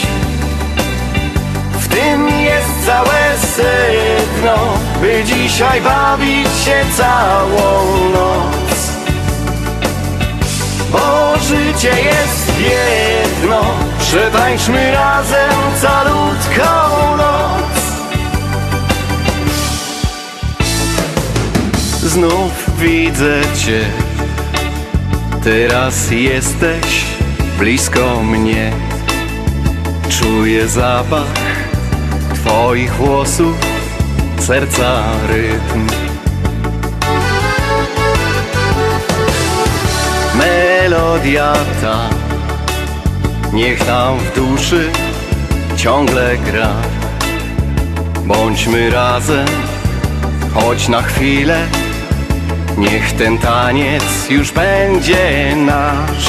W tym jest całe sedno, by dzisiaj bawić się całą noc. Bo życie jest jedno, przetańczmy razem calutką noc. Znów widzę cię, teraz jesteś blisko mnie. Czuję zapach twoich włosów, serca rytm. Melodia ta niech nam w duszy ciągle gra. Bądźmy razem, choć na chwilę, niech ten taniec już będzie nasz.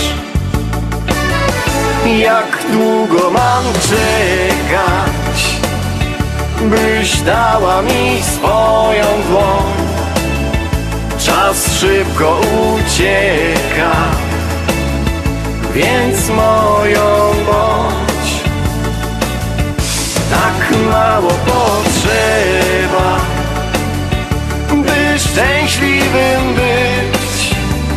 Jak długo mam czekać, byś dała mi swoją dłoń? Czas szybko ucieka, więc moją bądź. Tak mało potrzeba, by szczęśliwym być.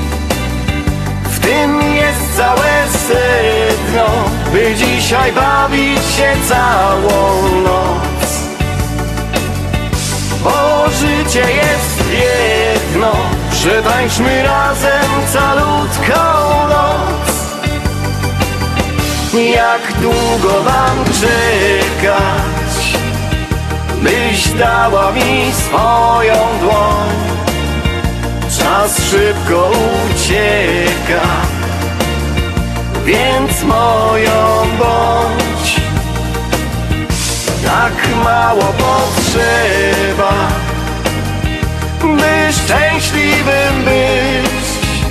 W tym jest całe sedno, by dzisiaj bawić się całą noc. Bo życie jest jedno, przetańczmy razem calutką noc. Jak długo mam czekać, byś dała mi swoją dłoń? Czas szybko ucieka, więc moją bądź. Tak mało potrzeba, by szczęśliwym być.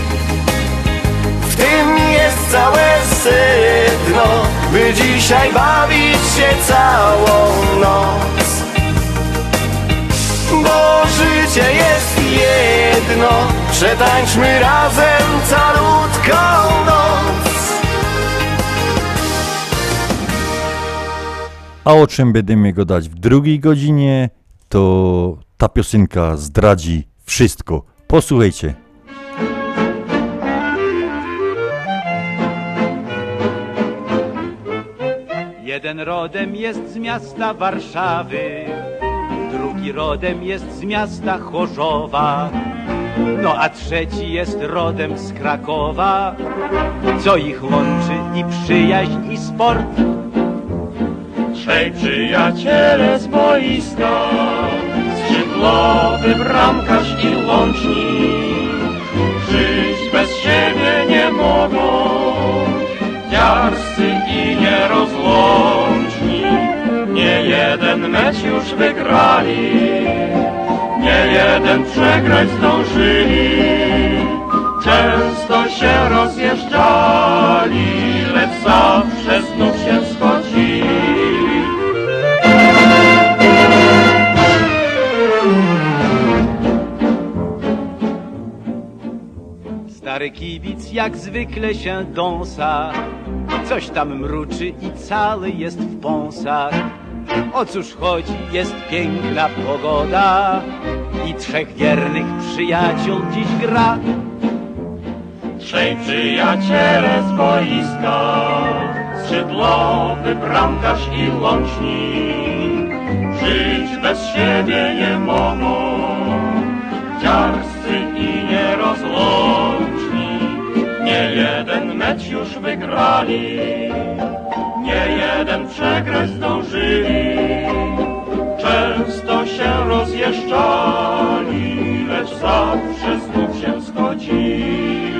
W tym jest całe sedno, by dzisiaj bawić się całą noc. Bo życie jest jedno, przetańczmy razem calutką noc. A o czym będziemy gadać w drugiej godzinie, to ta piosenka zdradzi wszystko. Posłuchajcie. Jeden rodem jest z miasta Warszawy, drugi rodem jest z miasta Chorzowa, no a trzeci jest rodem z Krakowa. Co ich łączy i przyjaźń i sport? Trzej przyjaciele z boiska, skrzydłowy bramkarz i łącznik. Żyć bez siebie nie mogą, dziarscy i nierozłączni. Nie jeden mecz już wygrali, nie jeden przegrać zdążyli. Często się rozjeżdżali, lecz zawsze znów się schodzili. Stary kibic jak zwykle się dąsa, coś tam mruczy i cały jest w pąsach. O cóż chodzi, jest piękna pogoda i trzech wiernych przyjaciół dziś gra. Trzej przyjaciele z boiska, skrzydłowy bramkarz i łącznik. Żyć bez siebie nie mogą, dziarscy i nierozłączni. Nie jeden mecz już wygrali, nie jeden przegrać zdążyli. Często się rozjeżdżali, lecz zawsze znów się schodzili.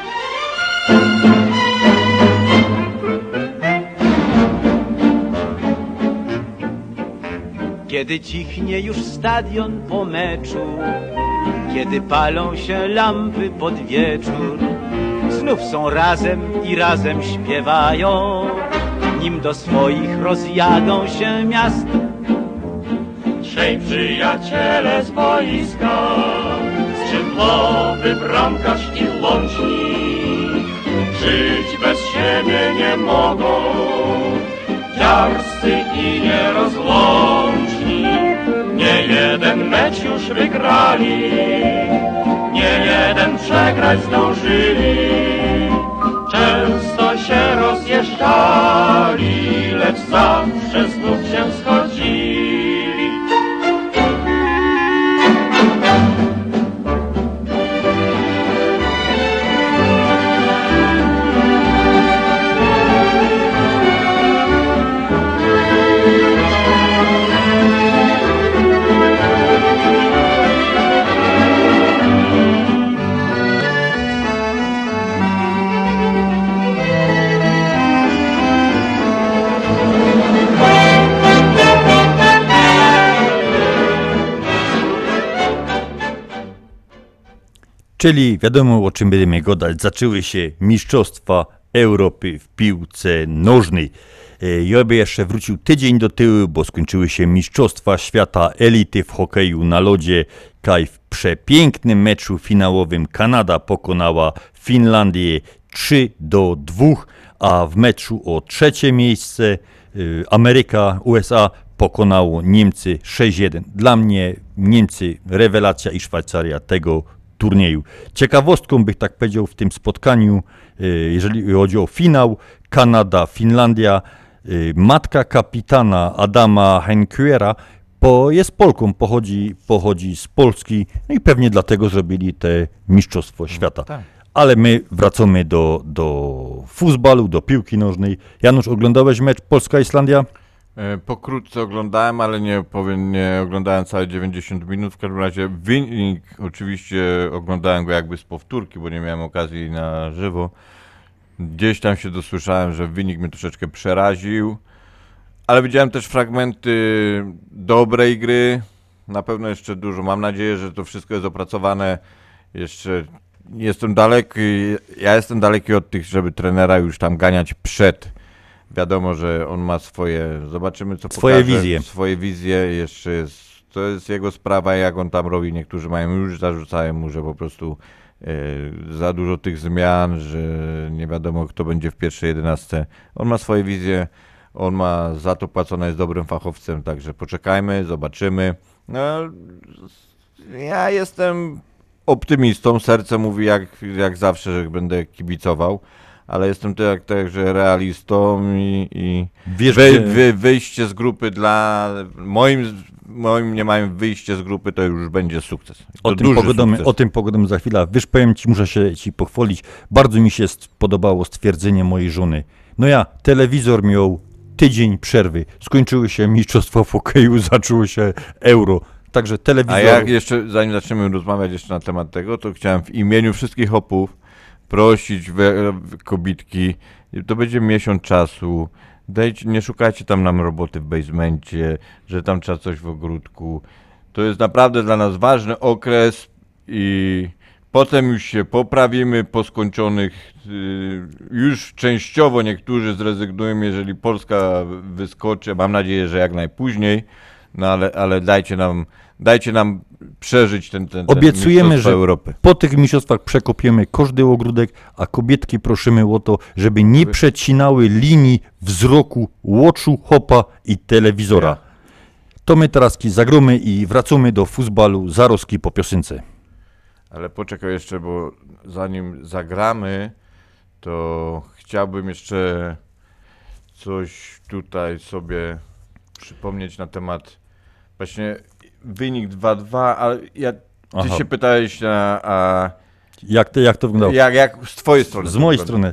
Kiedy cichnie już stadion po meczu, kiedy palą się lampy pod wieczór, znów są razem i razem śpiewają, nim do swoich rozjadą się miast. Trzej przyjaciele z boiska, skrzydłowy bramkarz i łącznik, żyć bez siebie nie mogą, dziarscy i nierozłączni. Nie jeden mecz już wygrali, nie jeden przegrać zdążyli. Często się rozjeżdżali, lecz zawsze znów się schodzili. Czyli wiadomo, o czym będziemy gadać. Zaczęły się Mistrzostwa Europy w piłce nożnej. Ja bym jeszcze wrócił tydzień do tyłu, bo skończyły się Mistrzostwa Świata Elity w hokeju na lodzie. Kaj w przepięknym meczu finałowym Kanada pokonała Finlandię 3-2, a w meczu o trzecie miejsce USA pokonało Niemcy 6-1. Dla mnie Niemcy rewelacja i Szwajcaria tego turnieju. Ciekawostką bych tak powiedział w tym spotkaniu, jeżeli chodzi o finał, Kanada-Finlandia, matka kapitana Adama Henkuera jest Polką, pochodzi z Polski, no i pewnie dlatego zrobili te Mistrzostwo Świata. Tak. Ale my wracamy do futbalu, do piłki nożnej. Janusz, oglądałeś mecz Polska-Islandia? Pokrótce oglądałem, ale nie oglądałem całe 90 minut. W każdym razie wynik, oczywiście oglądałem go jakby z powtórki, bo nie miałem okazji na żywo. Gdzieś tam się dosłyszałem, że wynik mnie troszeczkę przeraził, ale widziałem też fragmenty dobrej gry. Na pewno jeszcze dużo. Mam nadzieję, że to wszystko jest opracowane. Jeszcze ja jestem daleki od tych, żeby trenera już tam ganiać przed. Wiadomo, że on ma zobaczymy co swoje pokaże. Wizje. Swoje wizje jeszcze to jest jego sprawa, jak on tam robi. Niektórzy już zarzucają mu, że po prostu za dużo tych zmian, że nie wiadomo kto będzie w pierwszej 11. On ma swoje wizje, on ma za to płacone, jest dobrym fachowcem, także poczekajmy, zobaczymy. No, ja jestem optymistą, serce mówi jak zawsze, że będę kibicował. Ale jestem także realistą i wyjście z grupy moim mniemaniem wyjście z grupy to już będzie sukces. O tym pogadamy za chwilę. Wiesz, powiem ci, muszę się ci pochwalić. Bardzo mi się podobało stwierdzenie mojej żony. No telewizor miał tydzień przerwy. Skończyły się mistrzostwa w hokeju, zaczęło się Euro. Także telewizor... A jak jeszcze, zanim zaczniemy rozmawiać jeszcze na temat tego, to chciałem w imieniu wszystkich hopów prosić kobitki, to będzie miesiąc czasu, nie szukajcie tam nam roboty w basemencie, że tam trzeba coś w ogródku. To jest naprawdę dla nas ważny okres i potem już się poprawimy po skończonych, już częściowo niektórzy zrezygnują, jeżeli Polska wyskoczy, mam nadzieję, że jak najpóźniej, no ale dajcie nam przeżyć ten Obiecujemy, że Europy. Po tych mistrzostwach przekopiemy każdy ogródek, a kobietki prosimy o to, żeby nie przecinały linii wzroku łoczu, hopa i telewizora. To my teraz zagromy i wracamy do futbalu zaroski po piosence. Ale poczekaj jeszcze, bo zanim zagramy, to chciałbym jeszcze coś tutaj sobie przypomnieć na temat właśnie wynik 2-2, ale ty się pytałeś jak to wyglądało? Jak z twojej strony? Z mojej strony.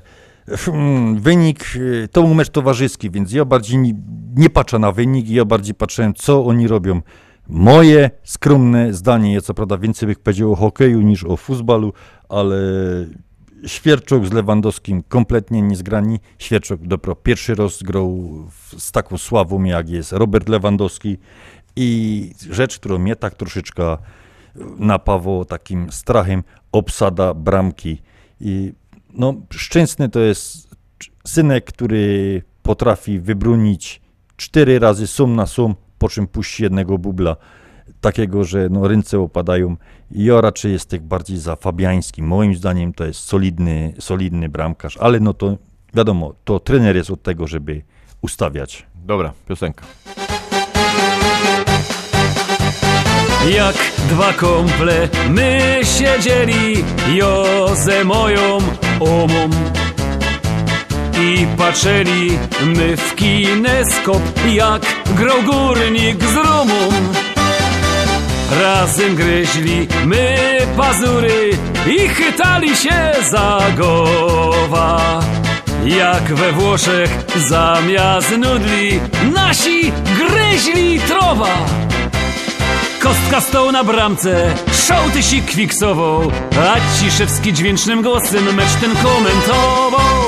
Wynik, to był mecz towarzyski, więc ja bardziej nie patrzę na wynik, ja bardziej patrzyłem, co oni robią. Moje skromne zdanie, ja co prawda więcej bych powiedział o hokeju niż o futbalu, ale Świerczok z Lewandowskim kompletnie nie zgrani. Świerczok dopiero pierwszy raz grał z taką sławą, jak jest Robert Lewandowski. I rzecz, którą mnie tak troszeczkę napawało takim strachem, obsada bramki. I no, Szczęsny to jest synek, który potrafi wybronić 4 razy sum na sum, po czym puści jednego bubla. Takiego, że no, ręce opadają. Ja raczej jestem bardziej za Fabiańskim. Moim zdaniem to jest solidny bramkarz, ale no to wiadomo, to trener jest od tego, żeby ustawiać. Dobra, piosenka. Jak dwa kumple my siedzieli, jo ze moją omą i patrzyli my w kineskop, jak grał Górnik z Romą. Razem gryźli my pazury i chytali się za głowa. Jak we Włoszech zamiast nudli nasi gryźli trowa. Kostka stał na bramce, szołtysi kwiksował, a Ciszewski dźwięcznym głosem mecz ten komentował.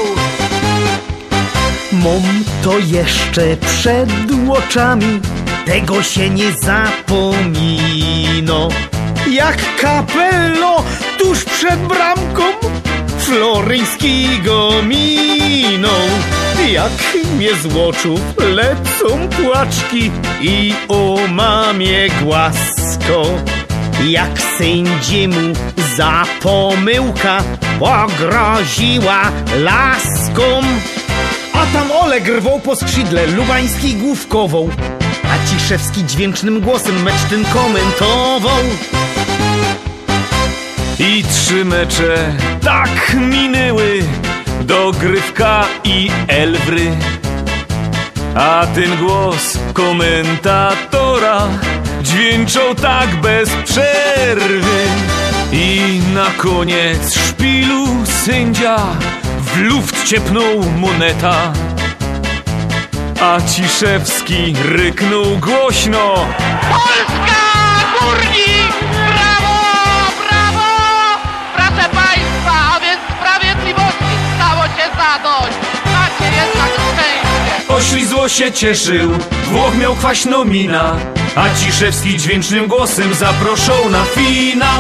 Mam to jeszcze przed oczami, tego się nie zapomino. Jak Capello tuż przed bramką Floryńskiego minął. Jak mnie z oczu lecą płaczki i o mamie głasko. Jak sędziemu za pomyłka pogroziła laską. A tam Oleg rwał po skrzydle, Lubański główkową, a Ciszewski dźwięcznym głosem mecz ten komentował. I 3 mecze tak minęły, dogrywka i Elwry. A ten głos komentatora dźwięczał tak bez przerwy. I na koniec szpilu sędzia w luft ciepnął moneta, a Ciszewski ryknął głośno: Polska! Górnik! Brawo! Brawo! Proszę Państwa, a więc sprawiedliwości stało się zadość. Macie jednak szczęście. Oślizło się cieszył, Włoch miał kwaśną mina, a Ciszewski dźwięcznym głosem zaproszą na finał.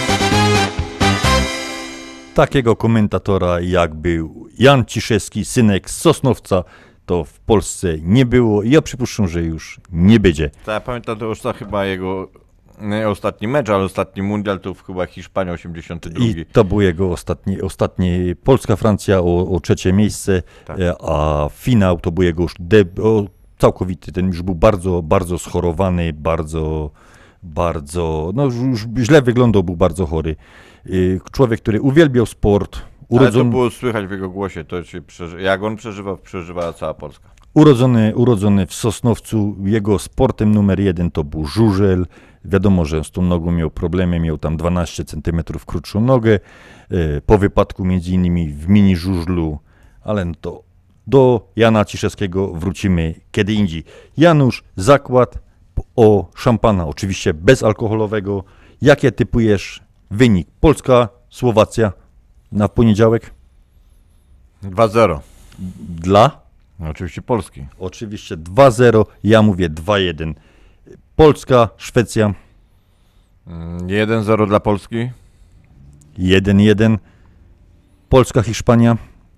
Takiego komentatora jak był Jan Ciszewski, synek z Sosnowca, to w Polsce nie było i ja przypuszczam, że już nie będzie. Ja pamiętam, to już chyba jego nie ostatni mecz, ale ostatni mundial to chyba Hiszpania 82. I to był jego ostatni Polska-Francja o 3. miejsce, tak. A finał to był jego już całkowity, ten już był bardzo, bardzo schorowany, bardzo, no już źle wyglądał, był bardzo chory. Człowiek, który uwielbiał sport. Ale to było słychać w jego głosie, to się jak on przeżywała cała Polska. Urodzony w Sosnowcu, jego sportem numer 1 to był żużel. Wiadomo, że z tą nogą miał problemy, miał tam 12 cm krótszą nogę, po wypadku między innymi w mini żużlu, ale no to do Jana Ciszewskiego wrócimy kiedy indziej. Janusz, zakład o szampana, oczywiście bezalkoholowego. Jakie typujesz wynik? Polska, Słowacja na poniedziałek? 2-0. Dla? No, oczywiście Polski. Oczywiście 2-0, ja mówię 2-1. Polska, Szwecja. 1-0 dla Polski. 1-1. Polska, Hiszpania.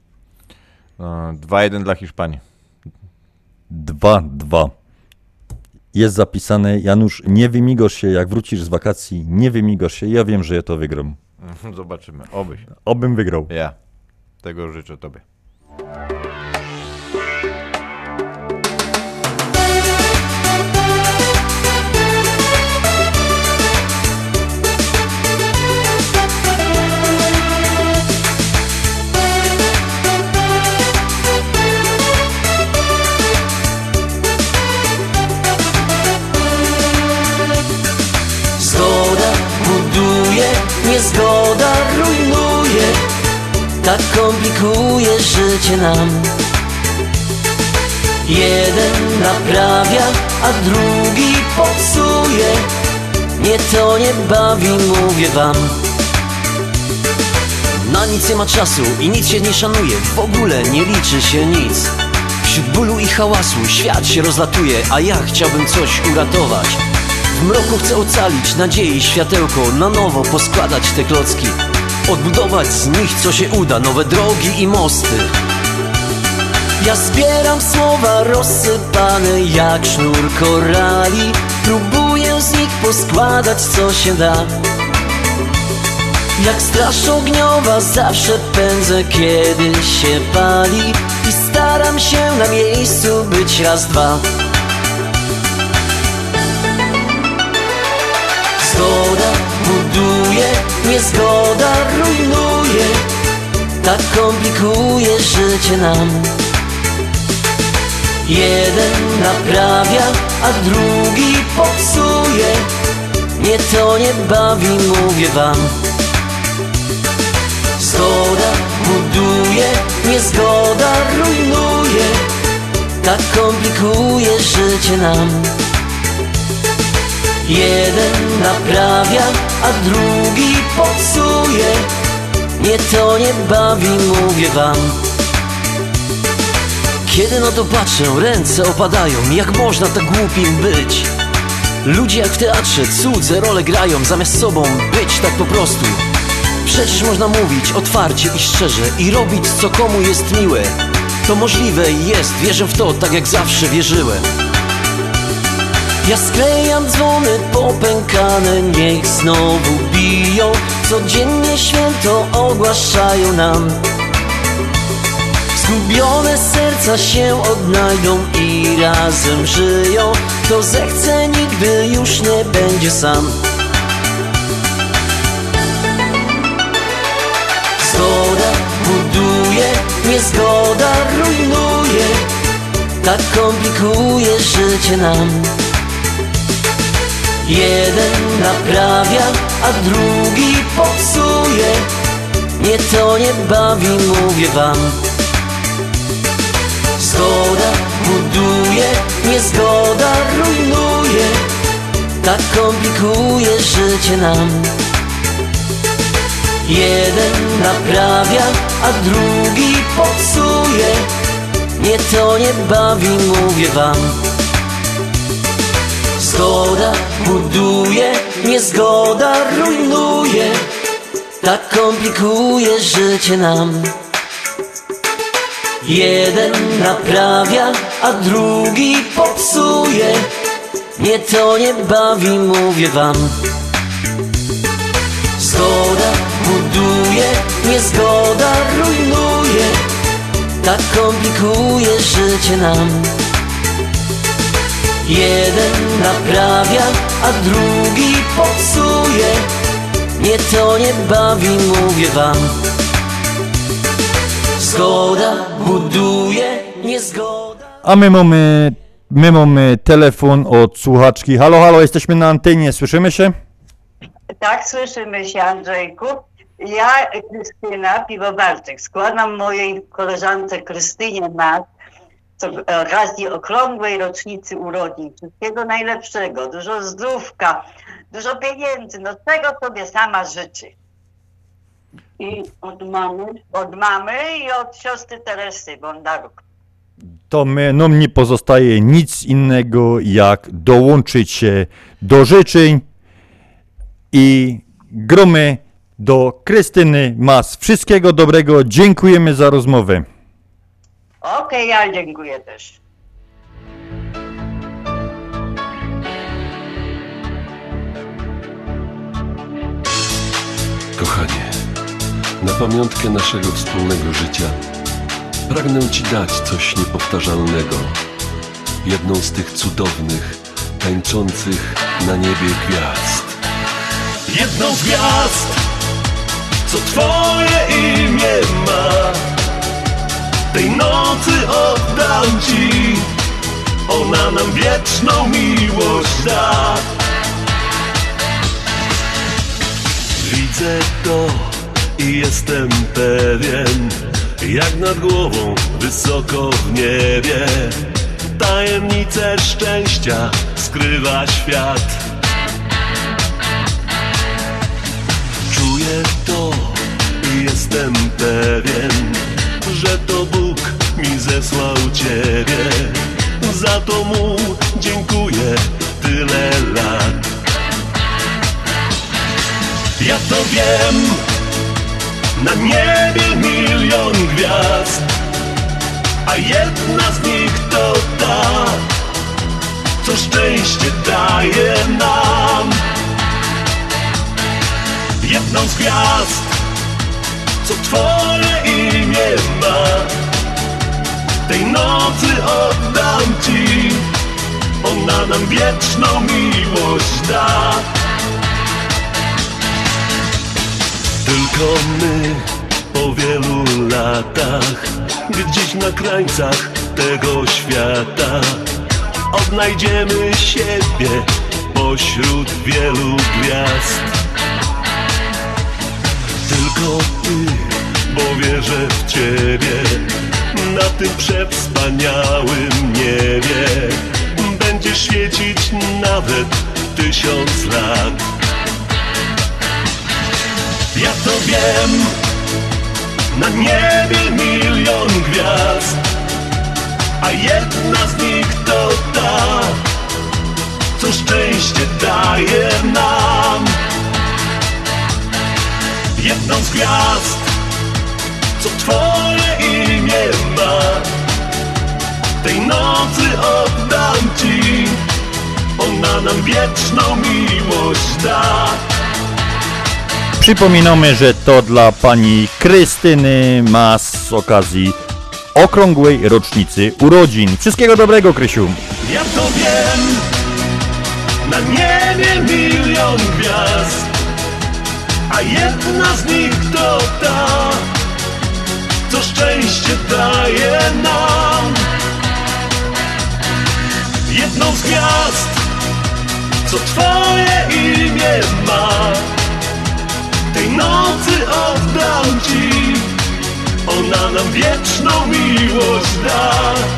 2-1 dla Hiszpanii. 2-2. Jest zapisane, Janusz, nie wymigasz się, jak wrócisz z wakacji, nie wymigasz się, ja wiem, że ja to wygram. Zobaczymy, obyś. Obym wygrał. Ja, tego życzę tobie. Zgoda buduje, niezgoda rujnuje. tak komplikuje życie nam. Jeden naprawia, a drugi popsuje. Mnie to nie bawi, mówię wam. Na nic nie ma czasu i nic się nie szanuje. W ogóle nie liczy się nic. Wśród bólu i hałasu świat się rozlatuje, a ja chciałbym coś uratować. W mroku chcę ocalić nadziei światełko, na nowo poskładać te klocki, odbudować z nich co się uda, nowe drogi i mosty. Ja zbieram słowa rozsypane jak sznur korali, próbuję z nich poskładać co się da. Jak straż ogniowa zawsze pędzę kiedy się pali i staram się na miejscu być raz, dwa. Zgoda buduje, niezgoda rujnuje, tak komplikuje życie nam. Jeden naprawia, a drugi popsuje. Mnie to nie bawi, mówię wam. Zgoda buduje, niezgoda rujnuje, tak komplikuje życie nam. Jeden naprawia, a drugi popsuje. Mnie to nie bawi, mówię wam. Kiedy no to patrzę, ręce opadają. Jak można tak głupim być? Ludzie jak w teatrze cudze role grają, zamiast sobą być tak po prostu. Przecież można mówić otwarcie i szczerze i robić co komu jest miłe. To możliwe jest, wierzę w to tak jak zawsze wierzyłem. Ja sklejam dzwony popękane, niech znowu biją. Codziennie święto ogłaszają nam. Zgubione serca się odnajdą i razem żyją. Kto zechce, nigdy już nie będzie sam. Zgoda buduje, niezgoda rujnuje, tak komplikuje życie nam. Jeden naprawia, a drugi popsuje. Mnie to nie bawi, mówię wam. Zgoda buduje, niezgoda rujnuje, tak komplikuje życie nam. Jeden naprawia, a drugi popsuje. Mnie to nie bawi, mówię wam. Zgoda buduje, niezgoda rujnuje, tak komplikuje życie nam. Jeden naprawia, a drugi popsuje. Mnie to nie bawi, mówię wam. Zgoda buduje, niezgoda rujnuje, tak komplikuje życie nam. Jeden naprawia, a drugi popsuje. Mnie to nie bawi, mówię wam. Zgoda buduje, niezgoda. A my mamy telefon od słuchaczki. Halo, halo, jesteśmy na antenie, słyszymy się? Tak, słyszymy się, Andrzejku. Ja, Krystyna Piwowarczyk, składam mojej koleżance Krystynie z okazji okrągłej rocznicy urodzin. Wszystkiego najlepszego, dużo zdrówka, dużo pieniędzy, no czego sobie sama życzy. I od mamy i od siostry Teresy Bondaruk. To nam nie pozostaje nic innego, jak dołączyć się do życzeń i gromy do Krystyny Mas. Wszystkiego dobrego, dziękujemy za rozmowę. Okej, ja dziękuję też. Kochanie, na pamiątkę naszego wspólnego życia pragnę Ci dać coś niepowtarzalnego. Jedną z tych cudownych, tańczących na niebie gwiazd. Jedną z gwiazd, co Twoje imię ma. Tej nocy oddam Ci, ona nam wieczną miłość da. Widzę to i i jestem pewien, jak nad głową wysoko w niebie tajemnice szczęścia skrywa świat. Czuję to i jestem pewien, że to Bóg mi zesłał Ciebie. Za to Mu dziękuję tyle lat. Ja to wiem, na niebie milion gwiazd, a jedna z nich to ta, co szczęście daje nam. Jedną z gwiazd, co Twoje imię ma, tej nocy oddam Ci, ona nam wieczną miłość da. Tylko my po wielu latach, gdzieś na krańcach tego świata, odnajdziemy siebie pośród wielu gwiazd. Tylko Ty, bo wierzę w Ciebie, na tym przewspaniałym niebie będziesz świecić nawet 1000 lat. Ja to wiem, na niebie milion gwiazd, a jedna z nich to ta, co szczęście daje nam. Jedną z gwiazd, co Twoje imię ma, tej nocy oddam Ci, ona nam wieczną miłość da. Przypominamy, że to dla pani Krystyny ma z okazji okrągłej rocznicy urodzin. Wszystkiego dobrego, Krysiu. Ja to wiem, na niebie milion gwiazd, a jedna z nich to ta, co szczęście daje nam. Jedną z gwiazd, co Twoje imię ma, tej nocy oddam Ci, ona nam wieczną miłość da.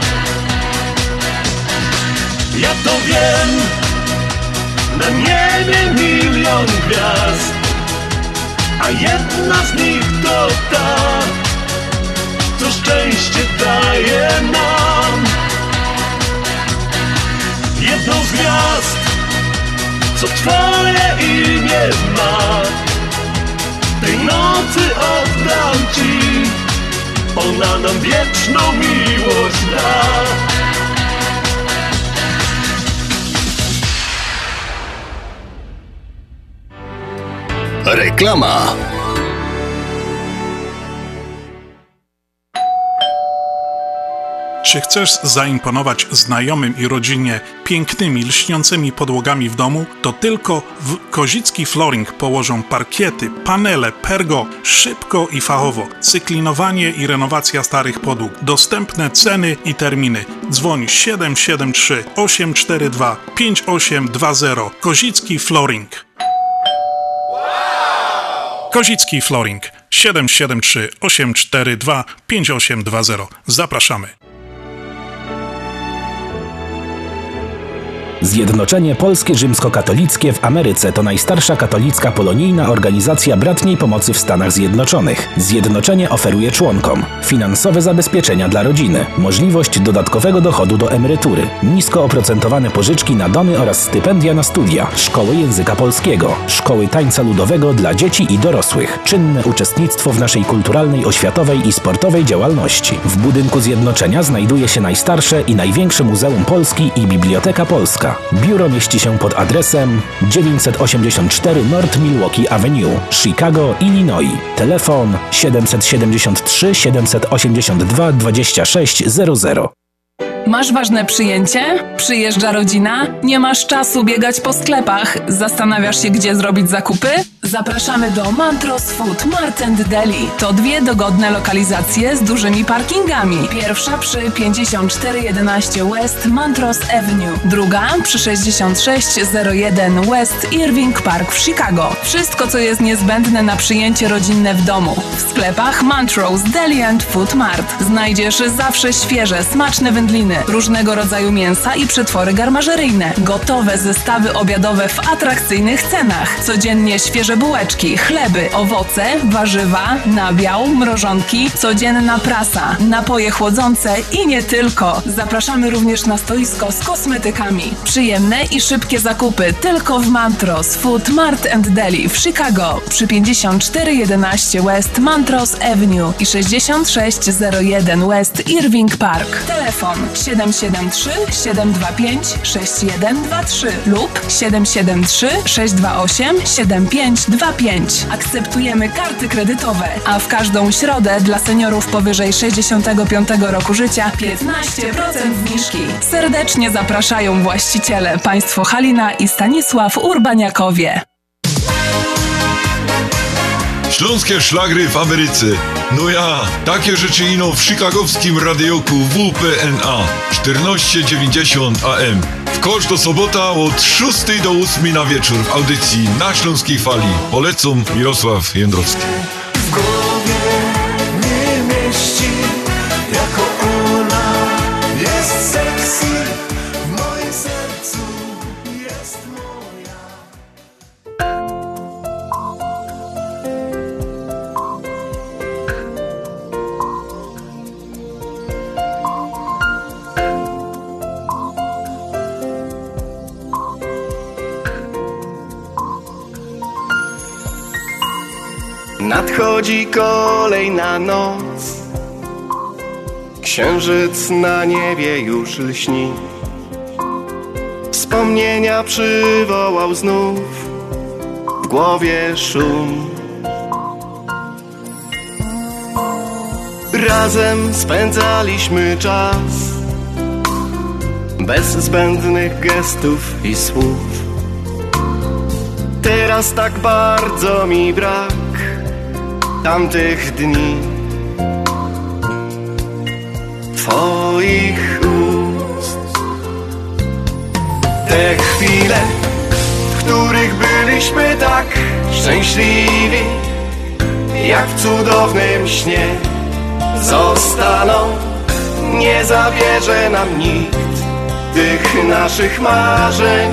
Ja to wiem, na niebie milion gwiazd, a jedna z nich to ta, co szczęście daje nam. Jedną z gwiazd, co Twoje imię ma, tej nocy oddam Ci, ona nam wieczną miłość da. Reklama. Czy chcesz zaimponować znajomym i rodzinie pięknymi, lśniącymi podłogami w domu? To tylko w Kozicki Flooring położą parkiety, panele, pergo, szybko i fachowo. Cyklinowanie i renowacja starych podłóg. Dostępne ceny i terminy. Dzwoń 773 842 5820. Kozicki Flooring. Kozicki Flooring 773 842 5820. Zapraszamy. Zjednoczenie Polskie Rzymskokatolickie w Ameryce to najstarsza katolicka polonijna organizacja bratniej pomocy w Stanach Zjednoczonych. Zjednoczenie oferuje członkom finansowe zabezpieczenia dla rodziny, możliwość dodatkowego dochodu do emerytury, nisko oprocentowane pożyczki na domy oraz stypendia na studia, szkoły języka polskiego, szkoły tańca ludowego dla dzieci i dorosłych, czynne uczestnictwo w naszej kulturalnej, oświatowej i sportowej działalności. W budynku Zjednoczenia znajduje się najstarsze i największe Muzeum Polski i Biblioteka Polska. Biuro mieści się pod adresem 984 North Milwaukee Avenue, Chicago, Illinois. Telefon 773 782 2600. Masz ważne przyjęcie? Przyjeżdża rodzina? Nie masz czasu biegać po sklepach? Zastanawiasz się, gdzie zrobić zakupy? Zapraszamy do Montrose Food Mart and Deli. To 2 dogodne lokalizacje z dużymi parkingami. Pierwsza przy 5411 West Montrose Avenue. Druga przy 6601 West Irving Park w Chicago. Wszystko, co jest niezbędne na przyjęcie rodzinne w domu. W sklepach Montrose Deli and Food Mart znajdziesz zawsze świeże, smaczne wędliny, różnego rodzaju mięsa i przetwory garmażeryjne. Gotowe zestawy obiadowe w atrakcyjnych cenach. Codziennie świeże bułeczki, chleby, owoce, warzywa, nabiał, mrożonki, codzienna prasa, napoje chłodzące i nie tylko. Zapraszamy również na stoisko z kosmetykami. Przyjemne i szybkie zakupy tylko w Montrose Food Mart and Deli w Chicago przy 5411 West Montrose Avenue i 6601 West Irving Park. Telefon 773 725 6123 lub 773 628 7525. Akceptujemy karty kredytowe, a w każdą środę dla seniorów powyżej 65 roku życia 15% zniżki. Serdecznie zapraszają właściciele, państwo Halina i Stanisław Urbaniakowie. Śląskie szlagry w Ameryce. No ja, takie rzeczy ino w chicagowskim radioku WPNA 1490 AM. W każdą sobota od 6 do 8 na wieczór w audycji na Śląskiej Fali. Polecam Mirosław Jędrowski. W głowie nie mieści, jako ona jest sexy, w moim sercu jest moja. Nadchodzi kolejna noc, księżyc na niebie już lśni. Wspomnienia przywołał znów, w głowie szum. Razem spędzaliśmy czas, bez zbędnych gestów i słów. Teraz tak bardzo mi brak tamtych dni, twoich ust. Te chwile, w których byliśmy tak szczęśliwi, jak w cudownym śnie, zostaną. Nie zabierze nam nikt tych naszych marzeń.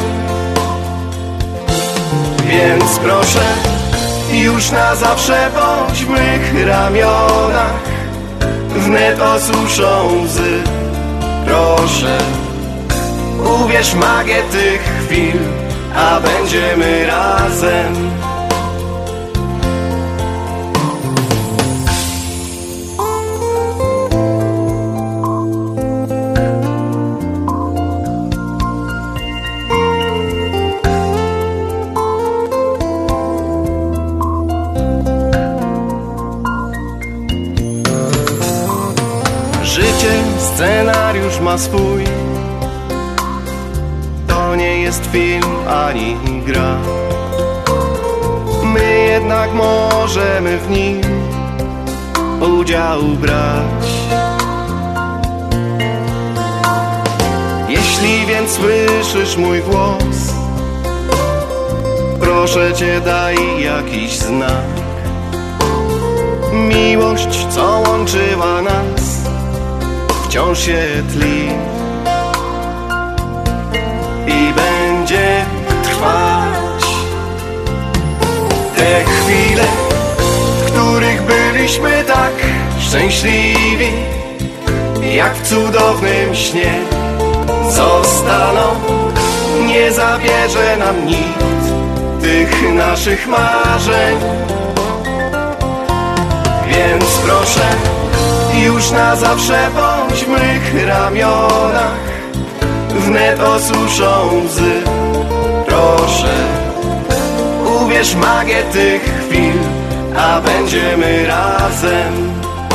Więc proszę, już na zawsze bądź w mych ramionach, wnet osuszą łzy. Proszę, uwierz w magię tych chwil, a będziemy razem. Scenariusz ma swój, to nie jest film ani gra. My jednak możemy w nim udział brać. Jeśli więc słyszysz mój głos, proszę cię, daj jakiś znak. Miłość, co łączyła nas, wciąż się tli i będzie trwać. Te chwile, w których byliśmy tak szczęśliwi, jak w cudownym śnie, zostaną. Nie zabierze nam nikt tych naszych marzeń. Więc proszę, już na zawsze bądź w mych ramionach, wnet osuszą łzy. Proszę, uwierz w magię tych chwil, a będziemy razem.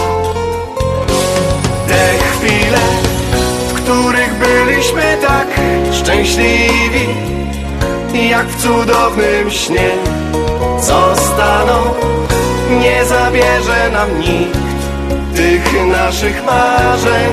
Te chwile, w których byliśmy tak szczęśliwi, jak w cudownym śnie, zostaną. Nie zabierze nam nikt tych naszych marzeń.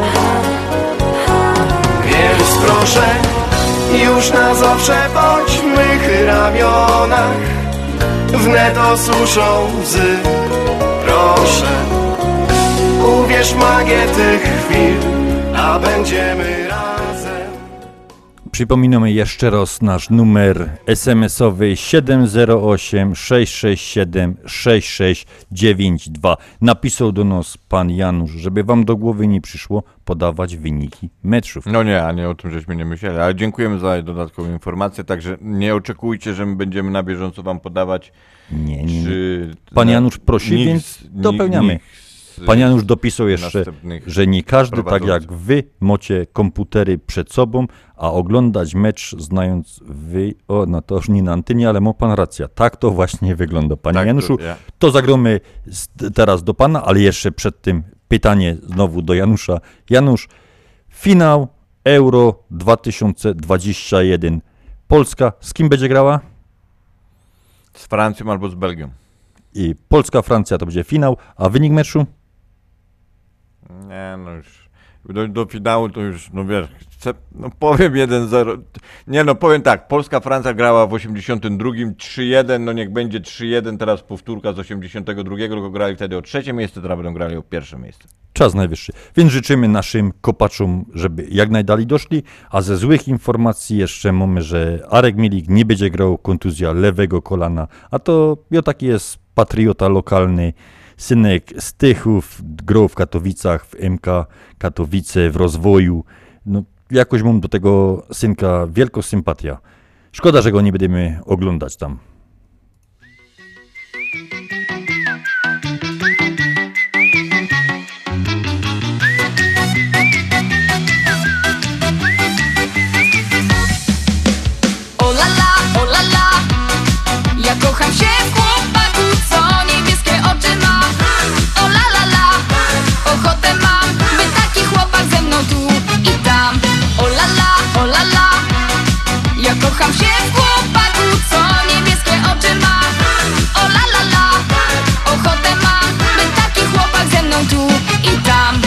Więc proszę, już na zawsze bądź w mych ramionach. Wnet osuszą łzy. Proszę, uwierz w magię tych chwil, a będziemy razem. Przypominamy jeszcze raz nasz numer SMS-owy 708 667 6692. Napisał do nas pan Janusz, żeby wam do głowy nie przyszło podawać wyniki meczów. No nie, a nie o tym żeśmy nie myśleli, ale dziękujemy za dodatkową informację, także nie oczekujcie, że my będziemy na bieżąco wam podawać. Nie. Pan Janusz prosi, więc dopełniamy. Pan Janusz dopisał jeszcze, że nie każdy, tak jak wy, macie komputery przed sobą, a oglądać mecz znając wy... no to już nie na antenie, ale ma pan rację. Tak to właśnie wygląda, panie Januszu. To zagromy teraz do pana, ale jeszcze przed tym pytanie znowu do Janusza. Janusz, finał Euro 2021. Polska z kim będzie grała? Z Francją albo z Belgią. I Polska-Francja to będzie finał, a wynik meczu? Nie, no już do finału to już, no wiesz, powiem 1-0. Nie, no powiem tak, Polska-Francja grała w 82, 3-1, no niech będzie 3-1, teraz powtórka z 82, tylko grali wtedy o trzecie miejsce, teraz będą grali o pierwsze miejsce. Czas najwyższy. Więc życzymy naszym kopaczom, żeby jak najdalej doszli, a ze złych informacji jeszcze mamy, że Arek Milik nie będzie grał, kontuzja lewego kolana, a to taki jest patriota lokalny, synek z Tychów, grał w Katowicach, w MK Katowice, w rozwoju. No, jakoś mam do tego synka wielką sympatię. Szkoda, że go nie będziemy oglądać tam. O la la, ja kocham się w chłopaku, co niebieskie oczy ma. O la, ochotę mam, by taki chłopak ze mną tu i tam. O la la, ja kocham się w chłopaku, co niebieskie oczy ma. O la, ochotę mam, by taki chłopak ze mną tu i tam.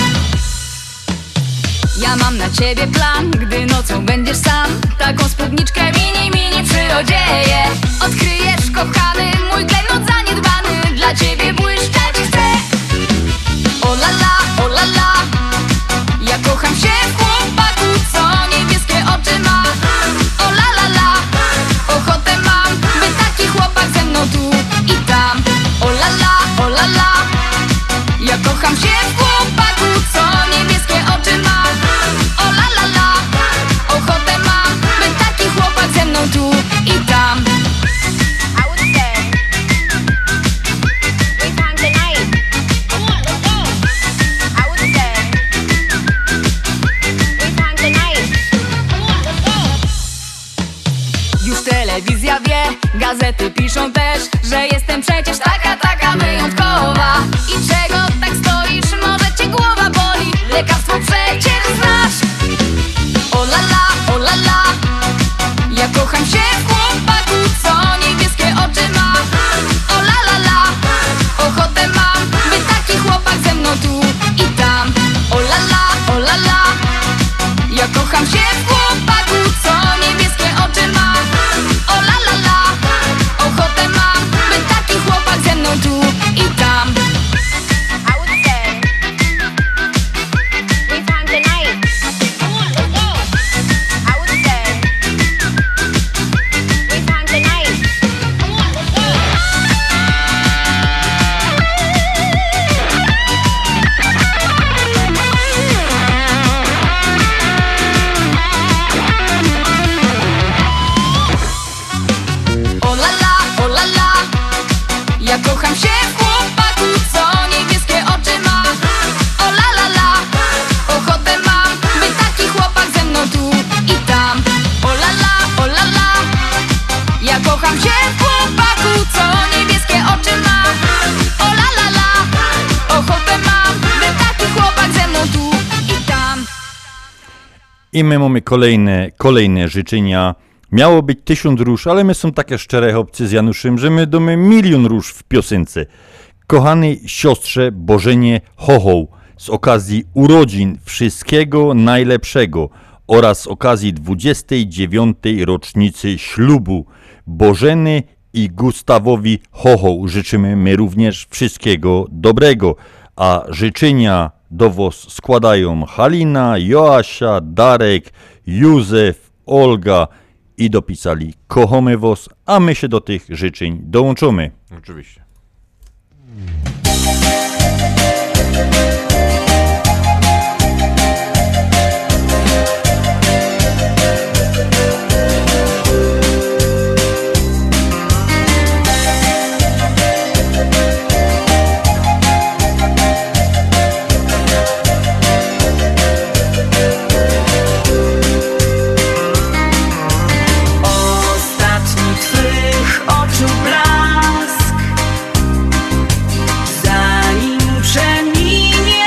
Ja mam na ciebie plan, gdy nocą będziesz sam. Taką spódniczkę mini przyodzieję. Odkryjesz, kochany, mój klejnot zaniedbany. Dla ciebie błyszczeć chcę. O la la, ja kocham się w chłopaku, co niebieskie oczy ma. O la, ochotę mam, by taki chłopak ze mną tu i tam. O la la, ja kocham się w chłopaku, co niebieskie oczy ma. O la, ochotę mam, by taki chłopak ze mną tu i tam. Już telewizja wie, gazety piszą też, że jestem przecież taka wyjątkowa. I czego tak stoisz? Może cię głowa boli? Lekarstwo przecież znasz. O la la, ja kocham się w chłopaku, co niebieskie oczy ma. O la, ochotę mam, by taki chłopak ze mną tu i tam. O la la, ja kocham się w chłopaku, co niebieskie oczy ma. O la, ochotę mam, by taki chłopak ze mną tu i tam. O la la, ja kocham się w chłopaku, co niebieskie oczy ma. O la, ochotę mam, by taki chłopak ze mną tu i tam. O la la, ja kocham się w chłopaku, co niebieskie oczy ma. O la, ochotę mam, by taki chłopak ze mną tu i tam. I my mamy kolejne życzenia Miało być 1000 róż, ale my są takie szczere chłopcy z Januszem, że my damy 1 000 000 róż w piosence. Kochanej siostrze Bożenie Chochoł, z okazji urodzin wszystkiego najlepszego oraz z okazji 29. rocznicy ślubu Bożeny i Gustawowi Chochoł życzymy my również wszystkiego dobrego, a życzenia do was składają Halina, Joasia, Darek, Józef, Olga i dopisali kochamy was, a my się do tych życzeń dołączymy. Oczywiście. Ostatni twych oczu blask, zanim przeminie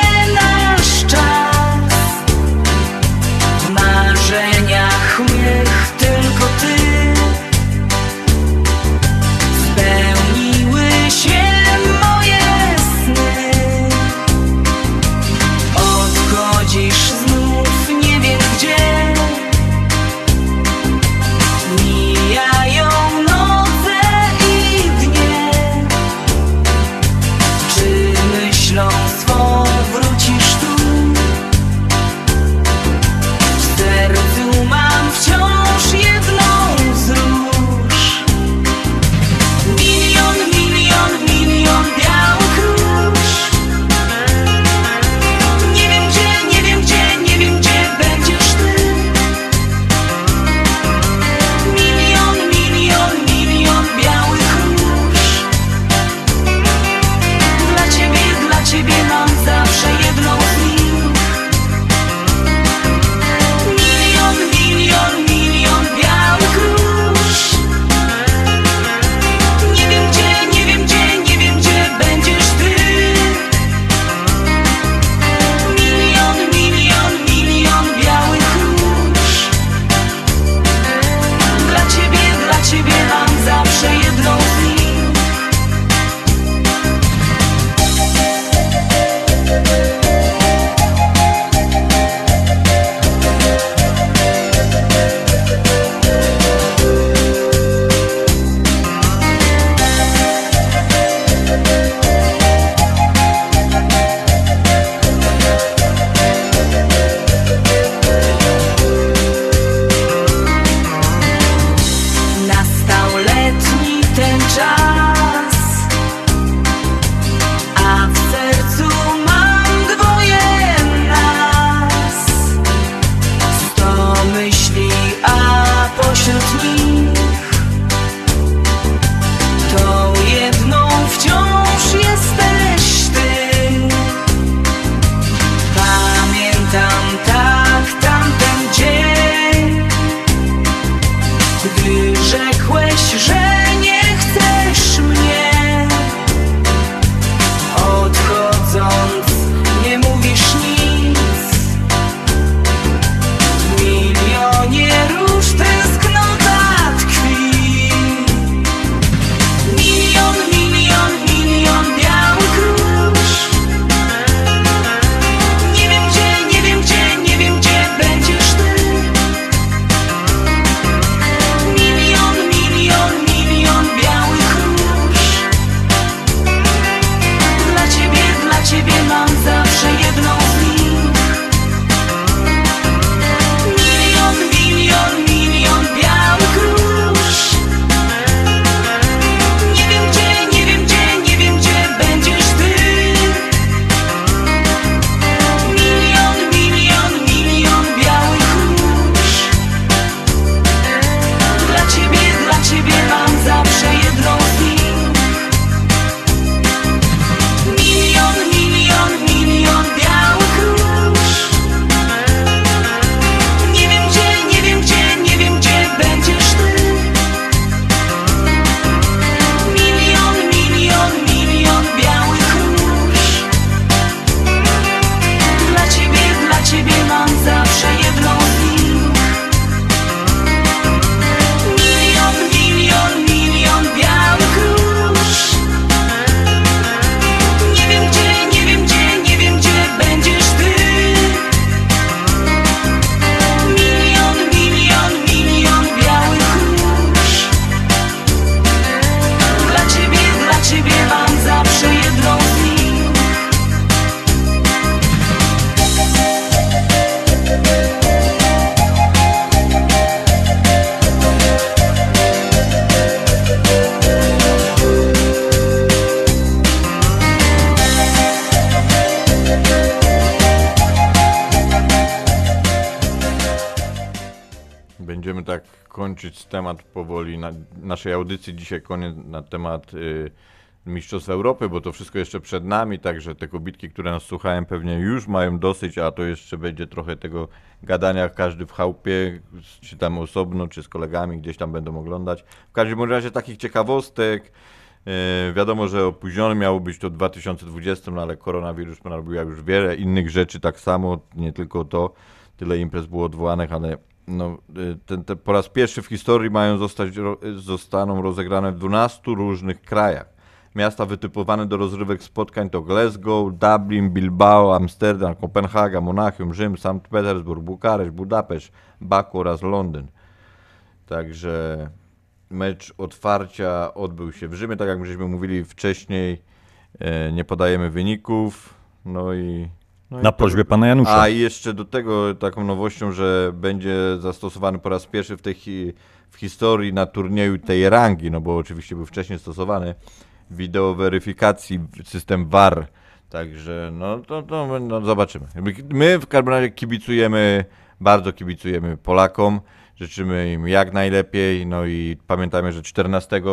kończyć temat powoli naszej audycji. Dzisiaj koniec na temat Mistrzostw Europy, bo to wszystko jeszcze przed nami, także te kobitki, które nas słuchają, pewnie już mają dosyć, a to jeszcze będzie trochę tego gadania, każdy w chałupie, czy tam osobno, czy z kolegami gdzieś tam będą oglądać. W każdym razie takich ciekawostek. Wiadomo, że opóźnione miało być to w 2020, no ale koronawirus narobił już wiele innych rzeczy tak samo, nie tylko to, tyle imprez było odwołanych, ale no, po raz pierwszy w historii zostaną rozegrane w 12 różnych krajach. Miasta wytypowane do rozrywek spotkań to Glasgow, Dublin, Bilbao, Amsterdam, Kopenhaga, Monachium, Rzym, Sankt Petersburg, Bukareszt, Budapeszt, Baku oraz Londyn. Także mecz otwarcia odbył się w Rzymie, tak jak żeśmy mówili wcześniej, nie podajemy wyników. Na prośbę pana Janusza. A i jeszcze do tego taką nowością, że będzie zastosowany po raz pierwszy w historii na turnieju tej rangi, no bo oczywiście był wcześniej stosowany, wideo weryfikacji, system VAR. Także no zobaczymy. My w każdym razie bardzo kibicujemy Polakom, życzymy im jak najlepiej, no i pamiętajmy, że 14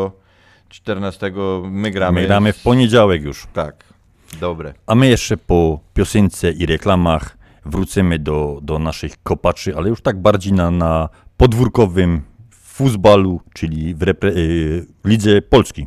my gramy. My gramy w poniedziałek już. Tak, dobre. A my jeszcze po piosence i reklamach wrócimy do naszych kopaczy, ale już tak bardziej na podwórkowym futbalu, czyli w lidze polskiej.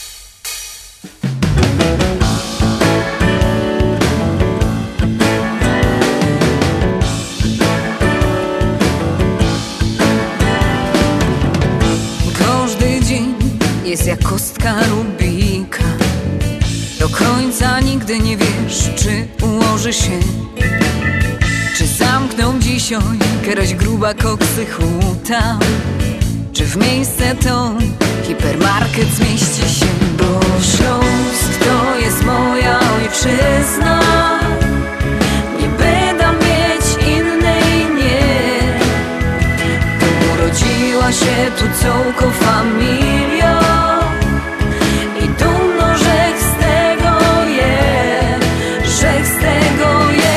Każdy dzień jest jak kostka Rubika. Do końca nigdy nie wiesz, czy ułoży się, czy zamkną dzisiaj jakaś gruba koksychuta, czy w miejsce to hipermarket zmieści się. Bo Śląsk to jest moja ojczyzna, nie będę mieć innej, nie. Tu urodziła się tu całko familia i dumno, że z tego je, że z tego je.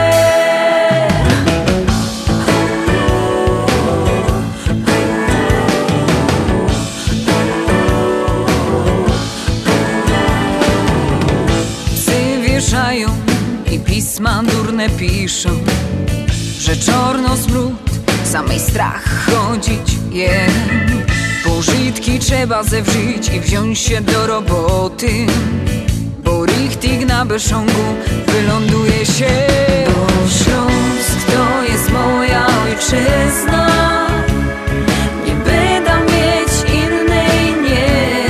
I pisma durne piszą, że czarno smród, samej strach chodzić jeden. Pożytki trzeba zewrzyć i wziąć się do roboty, bo richtig na Beszongu wyląduje się. Bo Śląsk to jest moja ojczyzna, nie będę mieć innej, nie.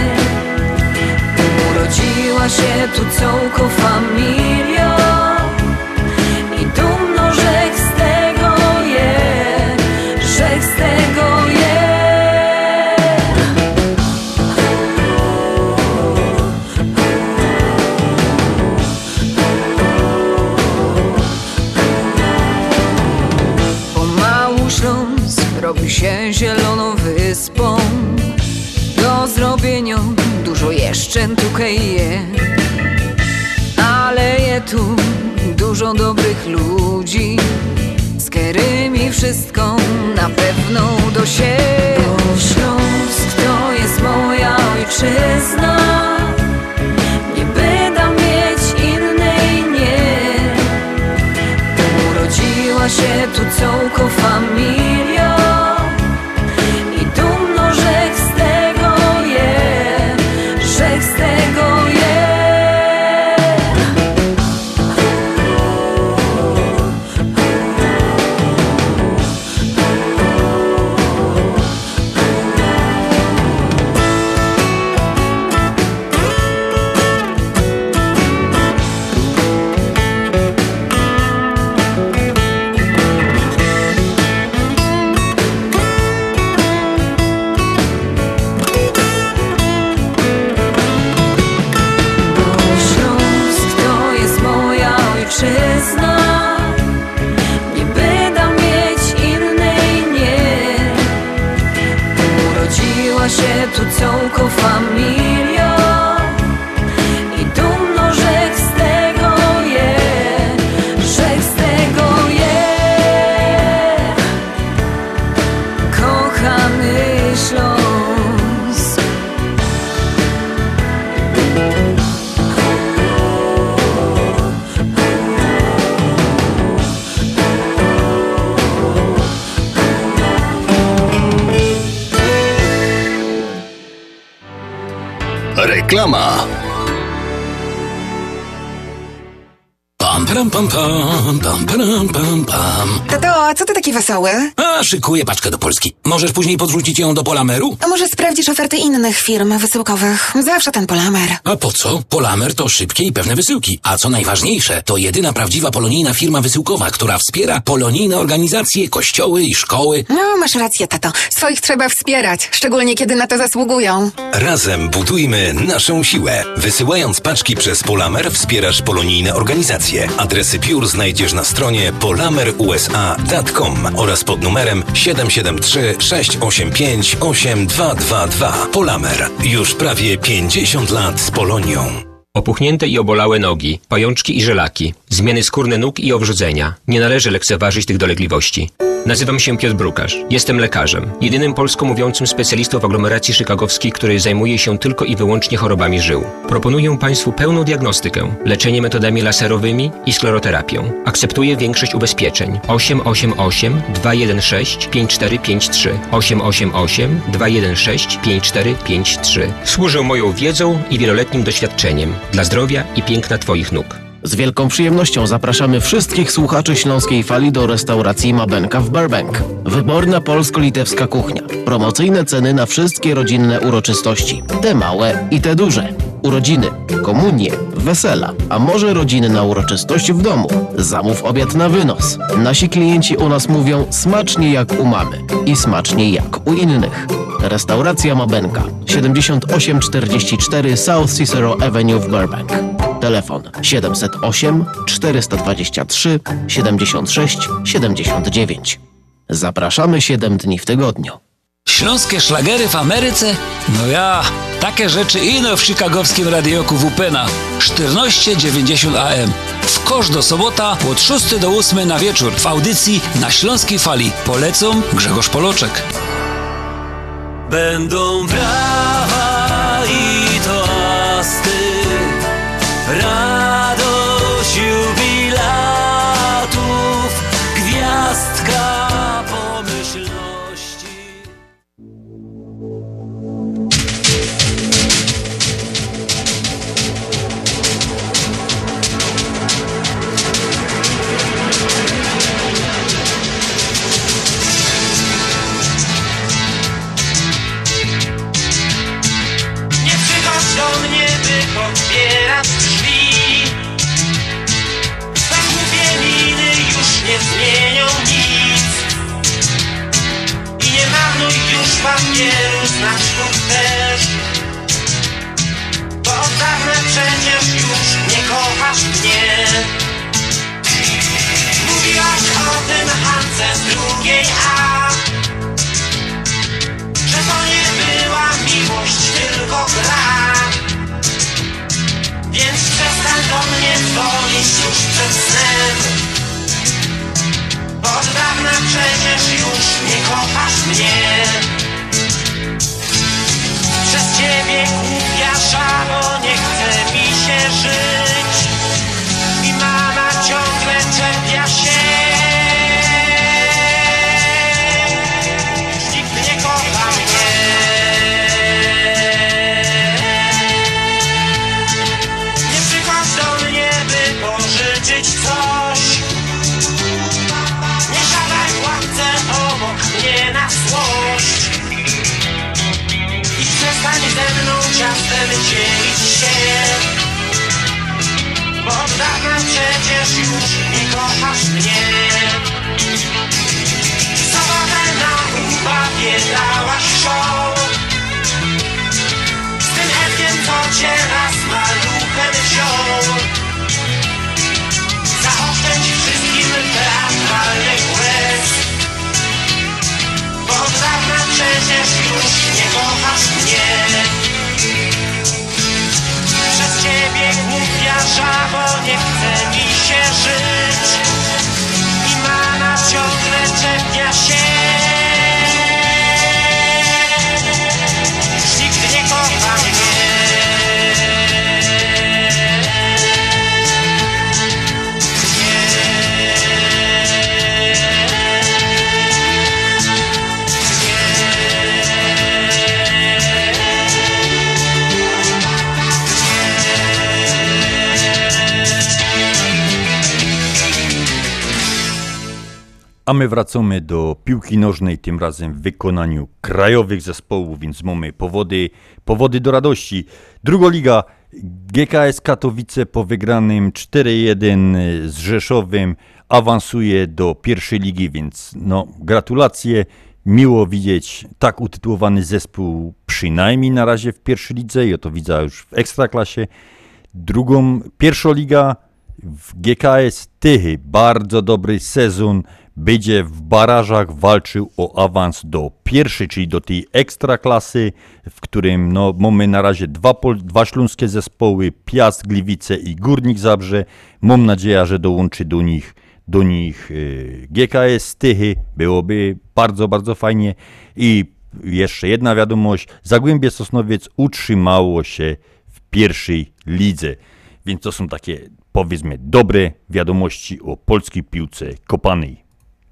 Urodziła się tu całko familia i dumno, że z tego je, że z tego je. Pomału Śląsk robi się zieloną wyspą, do zrobienia dużo jeszcze tutaj je, ale je tu dużo dobrych ludzi, z którymi wszystko na pewno do siebie. Bo Śląsk to jest moja ojczyzna, nie będę mieć innej, nie. Tu urodziła się tu całko familia i dumno, że z tego je, że z tego je. Nie będę mieć innej, nie. Tu urodziła się tu całko familia i dumno, że z tego je, że z tego je. Kochany Reklama. Pam, pam, pam, pam, pam, pam, pam, pam. Tato, a co ty taki wesoły? A, szykuję paczkę do Polski. Możesz później podrzucić ją do Polameru? A może sprawdzisz oferty innych firm wysyłkowych? Zawsze ten Polamer. A po co? Polamer to szybkie i pewne wysyłki. A co najważniejsze, to jedyna prawdziwa polonijna firma wysyłkowa, która wspiera polonijne organizacje, kościoły i szkoły. No, masz rację, tato. Swoich trzeba wspierać, szczególnie kiedy na to zasługują. Razem budujmy naszą siłę. Wysyłając paczki przez Polamer wspierasz polonijne organizacje. Adresy biur znajdziesz na stronie polamerusa.com oraz pod numerem 773 685 8222. Polamer. Już prawie 50 lat z Polonią. Opuchnięte i obolałe nogi, pajączki i żelaki, zmiany skórne nóg i owrzodzenia. Nie należy lekceważyć tych dolegliwości. Nazywam się Piotr Brukarz. Jestem lekarzem. Jedynym polsko mówiącym specjalistą w aglomeracji chicagowskiej, który zajmuje się tylko i wyłącznie chorobami żył. Proponuję Państwu pełną diagnostykę, leczenie metodami laserowymi i skleroterapią. Akceptuję większość ubezpieczeń. 888 216 5453 888 216 5453. Służę moją wiedzą i wieloletnim doświadczeniem dla zdrowia i piękna Twoich nóg. Z wielką przyjemnością zapraszamy wszystkich słuchaczy Śląskiej Fali do restauracji Mabenka w Burbank. Wyborna polsko-litewska kuchnia. Promocyjne ceny na wszystkie rodzinne uroczystości. Te małe i te duże. Urodziny, komunie, wesela, a może rodziny na uroczystość w domu. Zamów obiad na wynos. Nasi klienci u nas mówią smacznie jak u mamy i smacznie jak u innych. Restauracja Mabenka, 7844 South Cicero Avenue w Burbank. Telefon 708 423 76 79. Zapraszamy 7 dni w tygodniu. Śląskie szlagery w Ameryce? No ja, takie rzeczy ino w chicagowskim radioku WPNA 1490 AM. W kosz do sobota od 6 do 8 na wieczór w audycji na Śląskiej Fali. Polecą Grzegorz Poloczek. Będą brawa i toasty, radość jubilatów, gwiazdka pomyślności. Nie przychodź do mnie, by otwierać drzwi. Zamówię miny już nie zmienią nic. I nie marnuj już papieru, znaczków też. Bo od dawna przecież już nie kochasz mnie. Mówiłaś o tym Hance z drugiej A, że to nie była miłość, tylko gra. Więc przestań do mnie dzwonić już przed snem. Bo od dawna przecież już nie kochasz mnie. Przez ciebie głupia żabo nie chce mi się żyć. I mama ciągle czepia się. Nikt nie kocha mnie. Nie przychodź do mnie, by pożyczyć coś. Nie siadaj w ławce obok mnie na złość. I przestań ze mną ciastem dzielić się. Bo od dawna przecież już nie kochasz mnie. W sobotę na ubawie dałaś show z tym Edkiem, co cię raz maluchem wziął. Zaoszczędź wszystkim teatralnych łez. Bo od dawna przecież już nie kochasz mnie. Przez ciebie głupia żabo nie chce mi się żyć. A my wracamy do piłki nożnej, tym razem w wykonaniu krajowych zespołów, więc mamy powody do radości. Drugoliga GKS Katowice po wygranym 4-1 z Rzeszowem awansuje do pierwszej ligi, więc no gratulacje. Miło widzieć tak utytułowany zespół przynajmniej na razie w pierwszej lidze i oto widzę już w Ekstraklasie. Pierwsza liga w GKS Tychy, bardzo dobry sezon, będzie w barażach walczył o awans do pierwszej, czyli do tej Ekstraklasy, w którym no, mamy na razie dwa śląskie zespoły, Piast Gliwice i Górnik Zabrze. Mam nadzieję, że dołączy do nich GKS Tychy, byłoby bardzo, bardzo fajnie. I jeszcze jedna wiadomość, Zagłębie Sosnowiec utrzymało się w pierwszej lidze, więc to są takie, powiedzmy, dobre wiadomości o polskiej piłce kopanej.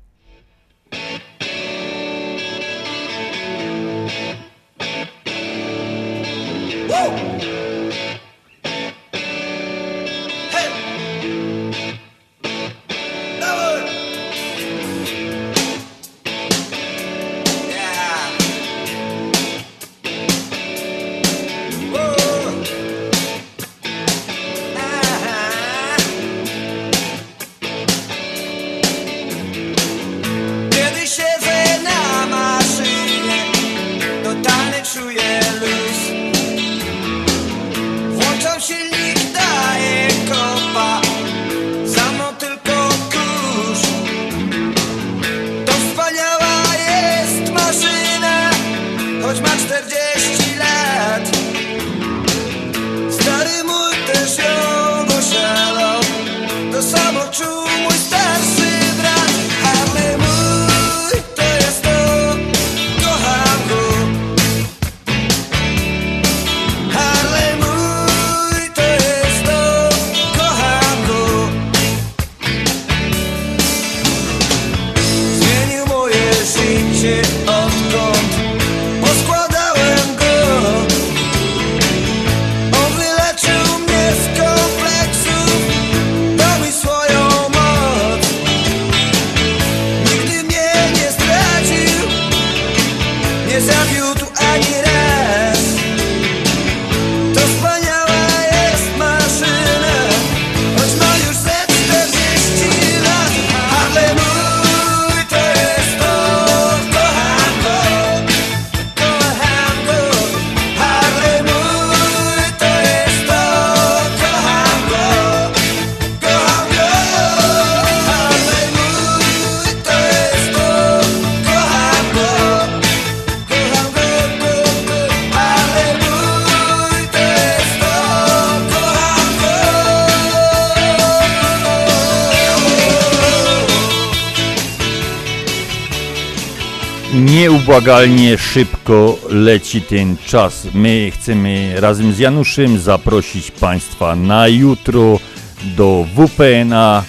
Nieubłagalnie szybko leci ten czas. My chcemy razem z Januszem zaprosić Państwa na jutro do WPNA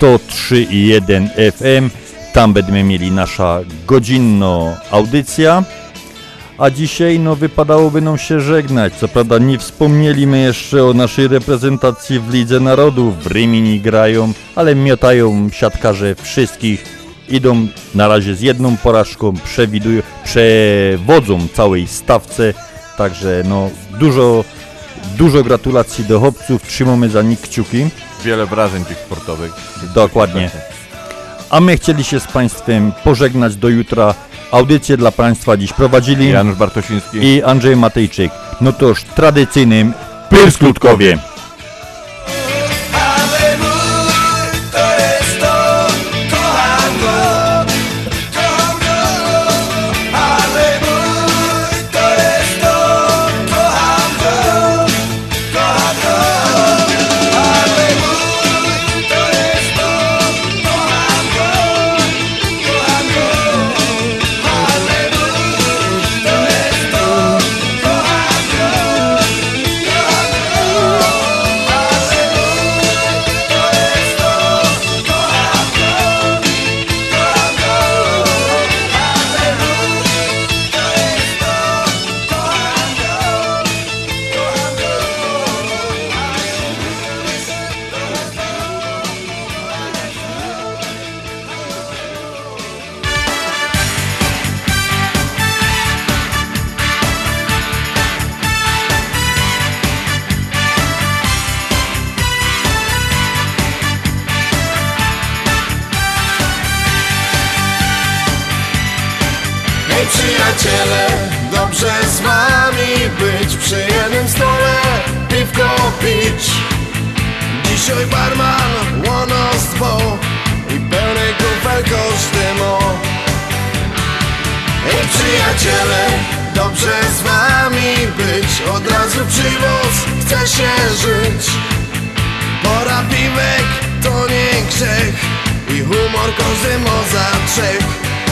103,1 FM. Tam będziemy mieli nasza godzinna audycja. A dzisiaj no wypadałoby nam się żegnać. Co prawda nie wspomnieliśmy jeszcze o naszej reprezentacji w Lidze Narodów. W Rimini grają, ale miotają siatkarze wszystkich. Idą na razie z jedną porażką, przewodzą całej stawce, także no dużo gratulacji do chłopców, trzymamy za nich kciuki. Wiele wrażeń tych sportowych. Dokładnie. A my chcieli się z Państwem pożegnać do jutra. Audycję dla Państwa dziś prowadzili Janusz Bartosiński i Andrzej Matejczyk. No toż tradycyjnym Pyrskutkowie. Oh przyjaciele, dobrze z wami być, przy jednym stole piwko pić. Dzisiaj barman łonostwo i pełny kufel kosztem o. Hej przyjaciele, dobrze z wami być, od razu przywóz, chce się żyć. Pora piwek to nie grzech i humor każdy ma za trzech.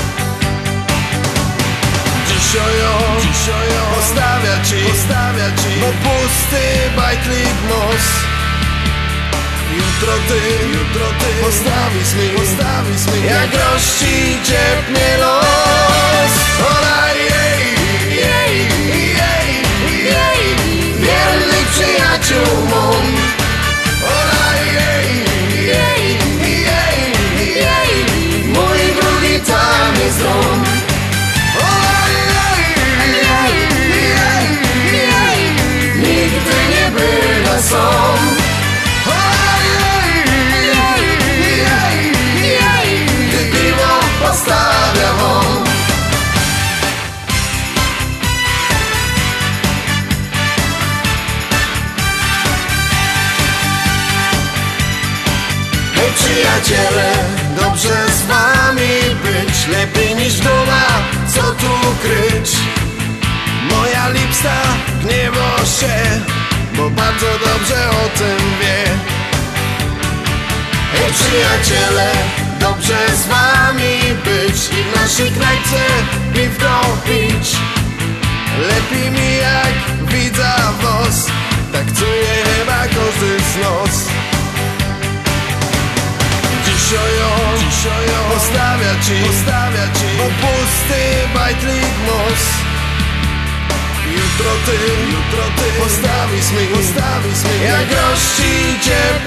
Dzisiaj postawia ci, bo pusty bajtlik most. Jutro ty postawisz mi, jak rości ciepnie los. Olaj, jej, wiernych przyjaciół mą. Olaj, jej, mój drugi tam jest dom. Olaj, jej, nigdy nie była sam. Postawia wam. Hej przyjaciele, dobrze z wami być, lepiej niż doma, co tu kryć. Moja lipsta gniewa się, bo bardzo dobrze o tym wie. Hej przyjaciele, dobrze z wami być i w naszej knajpce piwko pić. Lepiej mi jak widzę was, tak czuję chyba każdy z nas. Dzisiaj postawia ci, bo pusty bajtlik most. Jutro ty postawisz mi, jak rości ciepło.